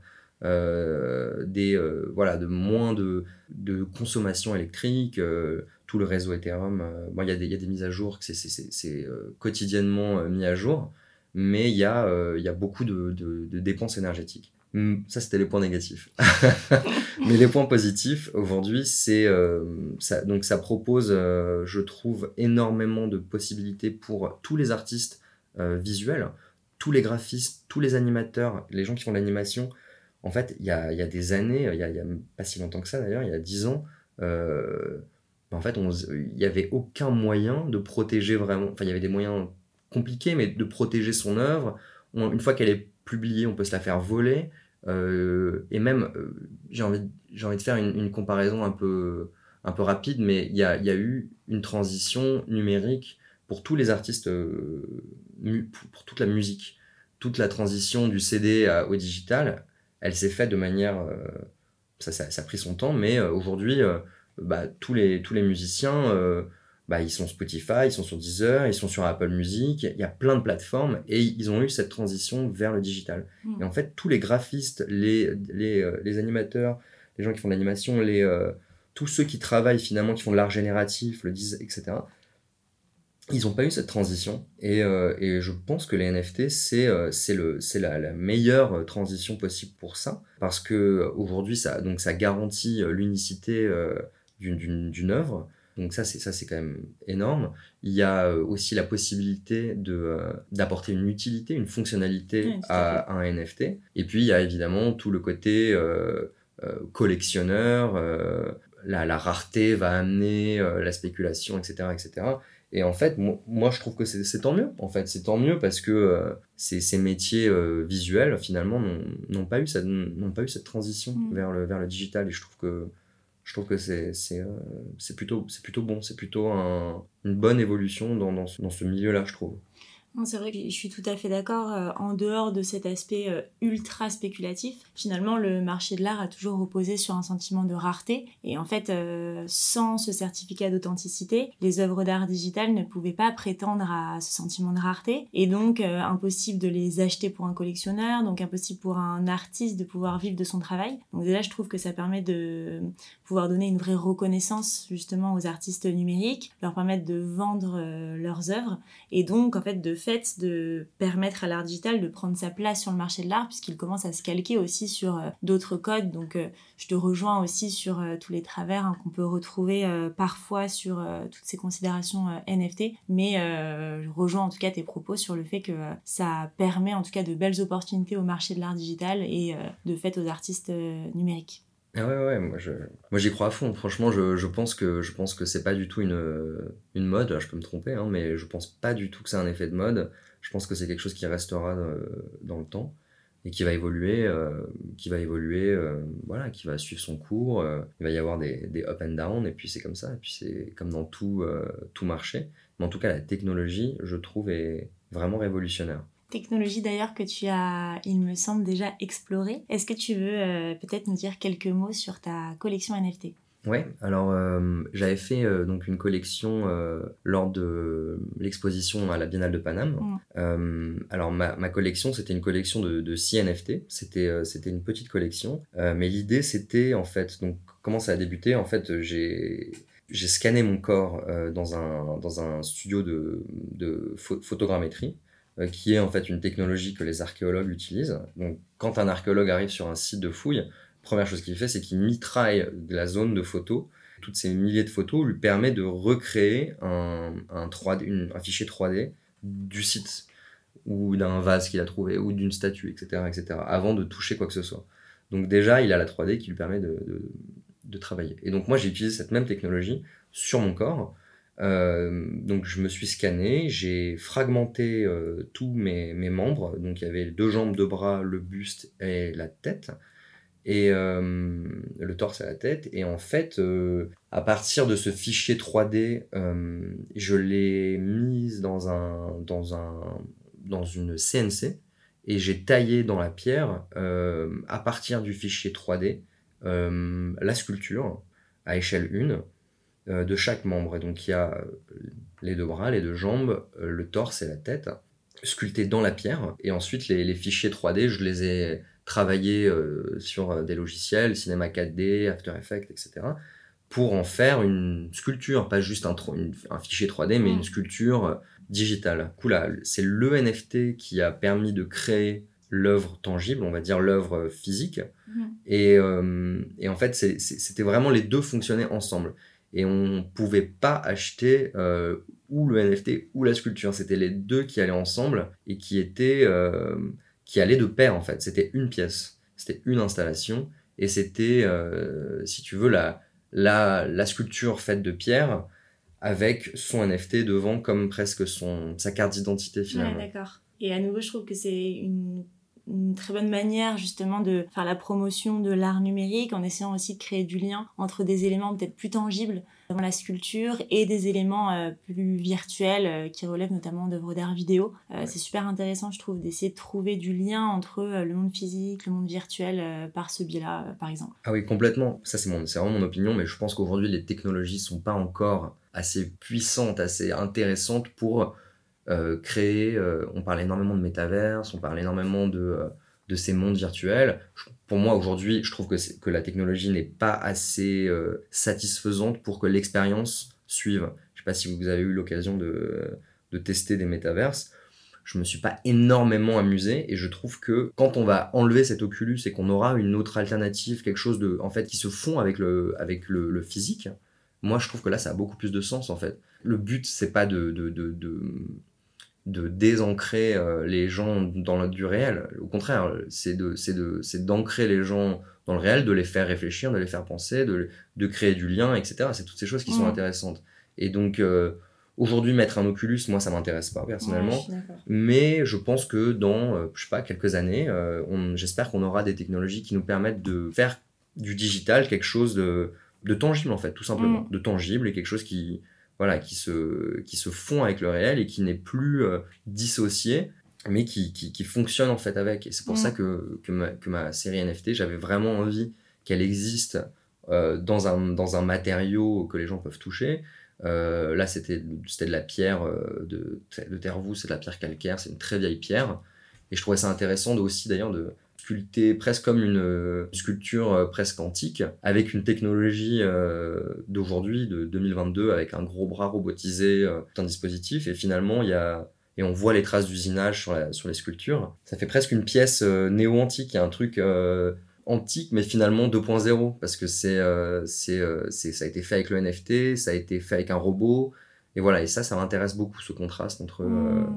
euh, des, euh, voilà, de moins de, de consommation électrique, euh, tout le réseau Ethereum. Euh, bon, il y a des, il y a des mises à jour, c'est, c'est, c'est, c'est euh, quotidiennement euh, mis à jour, mais il y a, euh, il y a beaucoup de, de, de dépenses énergétiques. Ça, c'était les points négatifs. Mais les points positifs, aujourd'hui, c'est euh, ça, donc ça propose, euh, je trouve, énormément de possibilités pour tous les artistes euh, visuels, tous les graphistes, tous les animateurs, les gens qui font de l'animation. En fait, il y a, y a des années, il y a, y a pas si longtemps que ça d'ailleurs, il y a dix ans, euh, en fait, il n'y avait aucun moyen de protéger vraiment. Enfin, il y avait des moyens compliqués, mais de protéger son œuvre. On, une fois qu'elle est publiée, on peut se la faire voler. Euh, et même, euh, j'ai envie, j'ai envie de faire une, une comparaison un peu, un peu rapide, mais il y a, y a eu une transition numérique pour tous les artistes, euh, mu, pour, pour toute la musique. Toute la transition du C D à, au digital, elle s'est faite de manière... Euh, ça, ça, ça a pris son temps, mais euh, aujourd'hui, euh, bah, tous, les, tous les musiciens... Euh, bah, ils sont Spotify, ils sont sur Deezer, ils sont sur Apple Music, il y a plein de plateformes et ils ont eu cette transition vers le digital. Mmh. Et en fait, tous les graphistes, les, les, euh, les animateurs, les gens qui font de l'animation, les, euh, tous ceux qui travaillent finalement, qui font de l'art génératif, le design, et cetera, ils n'ont pas eu cette transition. Et, euh, et je pense que les N F T, c'est, euh, c'est, le, c'est la, la meilleure transition possible pour ça. Parce qu'aujourd'hui, ça, donc ça garantit l'unicité euh, d'une, d'une, d'une œuvre. Donc ça c'est, ça, c'est quand même énorme. Il y a aussi la possibilité de, euh, d'apporter une utilité, une fonctionnalité oui, à, à un N F T. Et puis, il y a évidemment tout le côté euh, euh, collectionneur. Euh, la, la rareté va amener euh, la spéculation, et cetera, et cetera. Et en fait, moi, moi je trouve que c'est, c'est tant mieux. En fait, c'est tant mieux parce que euh, ces, ces métiers euh, visuels, finalement, n'ont, n'ont, pas eu cette, n'ont pas eu cette transition mmh. vers, le, vers le digital. Et je trouve que Je trouve que c'est, c'est, euh, c'est, plutôt, c'est plutôt bon, c'est plutôt un, une bonne évolution dans, dans, ce, dans ce milieu-là, je trouve. Non, c'est vrai que je suis tout à fait d'accord. Euh, en dehors de cet aspect euh, ultra spéculatif, finalement, le marché de l'art a toujours reposé sur un sentiment de rareté. Et en fait, euh, sans ce certificat d'authenticité, les œuvres d'art digitales ne pouvaient pas prétendre à ce sentiment de rareté. Et donc, euh, impossible de les acheter pour un collectionneur, donc impossible pour un artiste de pouvoir vivre de son travail. Donc déjà, je trouve que ça permet de pouvoir donner une vraie reconnaissance justement aux artistes numériques, leur permettre de vendre euh, leurs œuvres et donc en fait de fait de permettre à l'art digital de prendre sa place sur le marché de l'art puisqu'il commence à se calquer aussi sur euh, d'autres codes. Donc euh, je te rejoins aussi sur euh, tous les travers hein, qu'on peut retrouver euh, parfois sur euh, toutes ces considérations euh, N F T, mais euh, je rejoins en tout cas tes propos sur le fait que euh, ça permet en tout cas de belles opportunités au marché de l'art digital et euh, de fait aux artistes euh, numériques. Ah ouais, ouais, moi, je, moi j'y crois à fond. Franchement, je, je pense que, je pense que c'est pas du tout une, une mode. Je peux me tromper, hein, mais je pense pas du tout que c'est un effet de mode. Je pense que c'est quelque chose qui restera euh, dans le temps et qui va évoluer, euh, qui va évoluer, euh, voilà, qui va suivre son cours. euh, il va y avoir des, des up and down et puis c'est comme ça. Et puis c'est comme dans tout, euh, tout marché. Mais en tout cas, la technologie, je trouve, est vraiment révolutionnaire. Technologie d'ailleurs que tu as, il me semble, déjà explorée. Est-ce que tu veux euh, peut-être nous dire quelques mots sur ta collection N F T? Ouais, alors euh, j'avais fait euh, donc une collection euh, lors de l'exposition à la Biennale de Paname. Mm. Euh, alors ma, ma collection, c'était une collection de, de six N F T. C'était euh, c'était une petite collection, Euh, mais l'idée c'était en fait donc comment ça a débuté. En fait, j'ai j'ai scanné mon corps euh, dans un dans un studio de de pho- photogrammétrie, euh, qui est en fait une technologie que les archéologues utilisent. Donc quand un archéologue arrive sur un site de fouille, première chose qu'il fait, c'est qu'il mitraille de la zone de photos. Toutes ces milliers de photos lui permet de recréer un, un, trois D, une- un fichier trois D du site ou d'un vase qu'il a trouvé ou d'une statue, et cetera, et cetera, avant de toucher quoi que ce soit. Donc déjà, il a la trois D qui lui permet de, de, de travailler. Et donc moi, j'ai utilisé cette même technologie sur mon corps. Euh, donc je me suis scanné, j'ai fragmenté euh, tous mes, mes membres. Donc il y avait deux jambes, deux bras, le buste et la tête et euh, le torse et la tête. Et en fait, euh, à partir de ce fichier trois D, euh, je l'ai mise dans, un, dans, un, dans une C N C et j'ai taillé dans la pierre, euh, à partir du fichier trois D, euh, la sculpture à échelle un euh, de chaque membre. Et donc il y a les deux bras, les deux jambes, euh, le torse et la tête sculptés dans la pierre. Et ensuite, les, les fichiers trois D, je les ai travaillés euh, sur des logiciels, Cinema quatre D, After Effects, et cetera, pour en faire une sculpture, pas juste un, tro- une- un fichier trois D, mais Mm. une sculpture euh, digitale. Cool, là, c'est le N F T qui a permis de créer l'œuvre tangible, on va dire l'œuvre euh, physique. Mm. Et, euh, et en fait, c'est- c'est- c'était vraiment les deux fonctionnaient ensemble. Et on pouvait pas acheter euh, ou le N F T ou la sculpture. C'était les deux qui allaient ensemble et qui étaient euh, qui allaient de pair en fait. C'était une pièce, c'était une installation et c'était, euh, si tu veux, la, la, la sculpture faite de pierre avec son N F T devant comme presque son, sa carte d'identité Ouais, finalement. d'accord. Et à nouveau, je trouve que c'est une, une très bonne manière justement de faire la promotion de l'art numérique en essayant aussi de créer du lien entre des éléments peut-être plus tangibles comme la sculpture et des éléments euh, plus virtuels euh, qui relèvent notamment d'œuvres d'art vidéo. Euh, Ouais. C'est super intéressant, je trouve, d'essayer de trouver du lien entre euh, le monde physique, le monde virtuel euh, par ce biais-là, euh, par exemple. Ah oui, complètement. Ça, c'est mon, c'est vraiment mon opinion, mais je pense qu'aujourd'hui, les technologies sont pas encore assez puissantes, assez intéressantes pour euh, créer. Euh, on parle énormément de métaverse, on parle énormément de, euh, de ces mondes virtuels. Je- pour moi, aujourd'hui, je trouve que, c'est- que la technologie n'est pas assez euh, satisfaisante pour que l'expérience suive. Je sais pas si vous avez eu l'occasion de, de tester des métaverses. Je me suis pas énormément amusé et je trouve que quand on va enlever cet Oculus et qu'on aura une autre alternative, quelque chose de, en fait, qui se fond avec le, avec le, le physique, moi je trouve que là ça a beaucoup plus de sens en fait. Le but c'est pas de, de, de, de, de désancrer euh, les gens dans le, du réel. Au contraire, c'est de, c'est de, c'est d'ancrer les gens dans le réel, de les faire réfléchir, de les faire penser, de, de créer du lien, et cetera. C'est toutes ces choses qui sont Mm. intéressantes. Et donc, euh, aujourd'hui, mettre un Oculus, moi, ça m'intéresse pas Ouais, personnellement. je suis d'accord. Mais je pense que dans, euh, je sais pas, quelques années, euh, on- j'espère qu'on aura des technologies qui nous permettent de faire du digital quelque chose de, de tangible, en fait, tout simplement. Mm. De tangible et quelque chose qui, voilà, qui se, qui se fond avec le réel et qui n'est plus euh, dissocié, mais qui, qui, qui fonctionne en fait avec. Et c'est pour Mm. ça que, que, ma, que ma série N F T, j'avais vraiment envie qu'elle existe euh, dans, un, dans un matériau que les gens peuvent toucher. Euh, là, c'était, c'était de la pierre euh, de, de Terre-Vous, c'est de la pierre calcaire, c'est une très vieille pierre. Et je trouvais ça intéressant de, aussi d'ailleurs de sculpter presque comme une euh, sculpture euh, presque antique, avec une technologie euh, d'aujourd'hui, de deux mille vingt-deux, avec un gros bras robotisé, euh, tout un dispositif. Et finalement, il y a et on voit les traces d'usinage sur, la, sur les sculptures. Ça fait presque une pièce euh, néo-antique, il y a un truc euh, antique, mais finalement deux point zéro, parce que c'est, euh, c'est, euh, c'est, ça a été fait avec le N F T, ça a été fait avec un robot, et voilà, et ça, ça m'intéresse beaucoup, ce contraste entre, euh, Mm.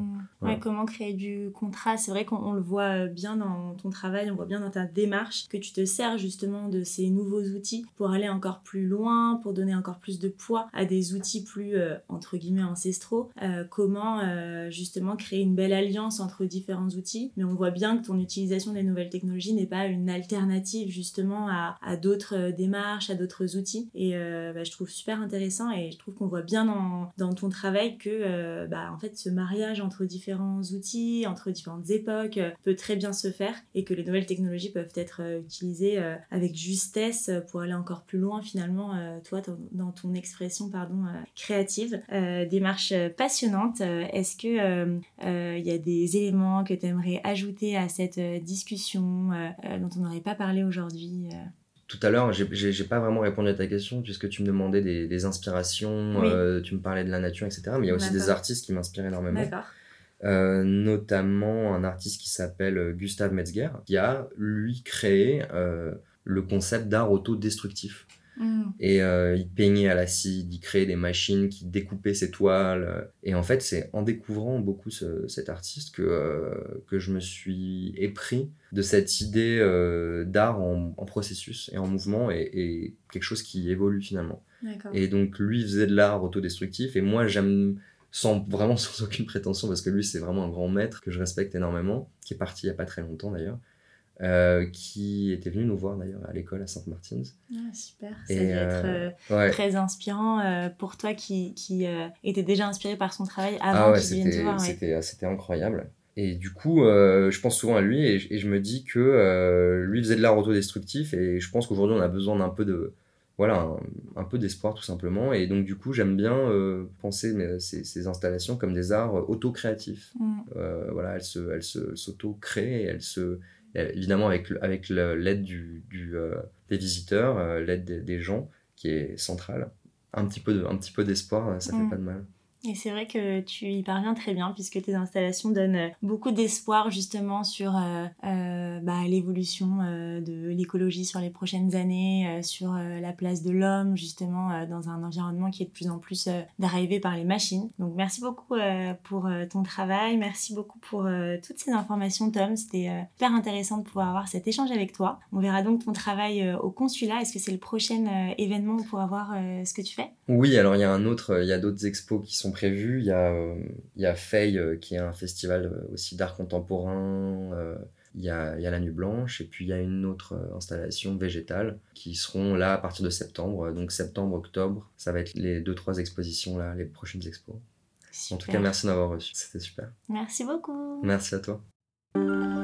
Voilà. Ouais, comment créer du contraste. C'est vrai qu'on on le voit bien dans ton travail, on voit bien dans ta démarche que tu te sers justement de ces nouveaux outils pour aller encore plus loin, pour donner encore plus de poids à des outils plus, euh, entre guillemets, ancestraux. Euh, comment euh, justement créer une belle alliance entre différents outils. Mais on voit bien que ton utilisation des nouvelles technologies n'est pas une alternative justement à, à d'autres démarches, à d'autres outils. Et euh, bah, je trouve super intéressant et je trouve qu'on voit bien dans, dans ton travail que euh, bah, en fait, ce mariage entre différents outils, entre différentes époques euh, peut très bien se faire et que les nouvelles technologies peuvent être euh, utilisées euh, avec justesse pour aller encore plus loin finalement, euh, toi, ton, dans ton expression pardon, euh, créative. Euh, démarche passionnante. Euh, est-ce que euh, euh, y a des éléments que tu aimerais ajouter à cette euh, discussion euh, euh, dont on n'aurait pas parlé aujourd'hui euh Tout à l'heure, j'ai, j'ai, j'ai pas vraiment répondu à ta question puisque tu me demandais des, des inspirations, Oui. euh, tu me parlais de la nature, et cetera. Mais il y a aussi D'accord. des artistes qui m'inspirent énormément. D'accord. Euh, notamment un artiste qui s'appelle Gustav Metzger, qui a, lui, créé euh, le concept d'art autodestructif. Mmh. Et euh, il peignait à l'acide, il créait des machines qui découpaient ses toiles. Et en fait, c'est en découvrant beaucoup ce, cet artiste que, euh, que je me suis épris de cette idée euh, d'art en, en processus et en mouvement et, et quelque chose qui évolue finalement. D'accord. Et donc, lui, il faisait de l'art autodestructif et moi, j'aime... Sans, vraiment sans aucune prétention, parce que lui, c'est vraiment un grand maître que je respecte énormément, qui est parti il n'y a pas très longtemps d'ailleurs, euh, qui était venu nous voir d'ailleurs à l'école à Saint-Martin's. Ah, super, ça Et, devait être euh, ouais. très inspirant euh, pour toi qui, qui euh, était déjà inspiré par son travail Ah avant ouais, qu'il vienne te c'était, voir. Ouais. c'était, c'était incroyable. Et du coup, euh, je pense souvent à lui et, et je me dis que euh, lui faisait de l'art autodestructif et je pense qu'aujourd'hui on a besoin d'un peu de, voilà, un, un peu d'espoir tout simplement. Et donc du coup, j'aime bien euh, penser mais, ces, ces installations comme des arts auto-créatifs. Mm. Euh, voilà, elles, se, elles se, s'auto-créent, elles se, évidemment avec, le, avec le, l'aide du, du, euh, des visiteurs, euh, l'aide des, des gens qui est centrale. Un petit peu, de, un petit peu d'espoir, ça Mm. fait pas de mal. Et c'est vrai que tu y parviens très bien puisque tes installations donnent beaucoup d'espoir justement sur euh, euh, bah, l'évolution euh, de l'écologie sur les prochaines années, euh, sur euh, la place de l'homme justement euh, dans un environnement qui est de plus en plus euh, drivé par les machines. Donc merci beaucoup euh, pour euh, ton travail, merci beaucoup pour euh, toutes ces informations Tom, c'était euh, hyper intéressant de pouvoir avoir cet échange avec toi. On verra donc ton travail euh, au consulat, est-ce que c'est le prochain euh, événement pour voir euh, ce que tu fais ? Oui, alors il y a un autre, il y a d'autres expos qui sont prévus. Il y a, euh, il y a Fey, euh, qui est un festival euh, aussi d'art contemporain. Euh, il y a, il y a la Nuit Blanche et puis il y a une autre euh, installation végétale qui seront là à partir de septembre. Donc septembre, octobre, ça va être les deux trois expositions là, les prochaines expos. Super. En tout cas, merci de m'avoir reçu. C'était super. Merci beaucoup. Merci à toi.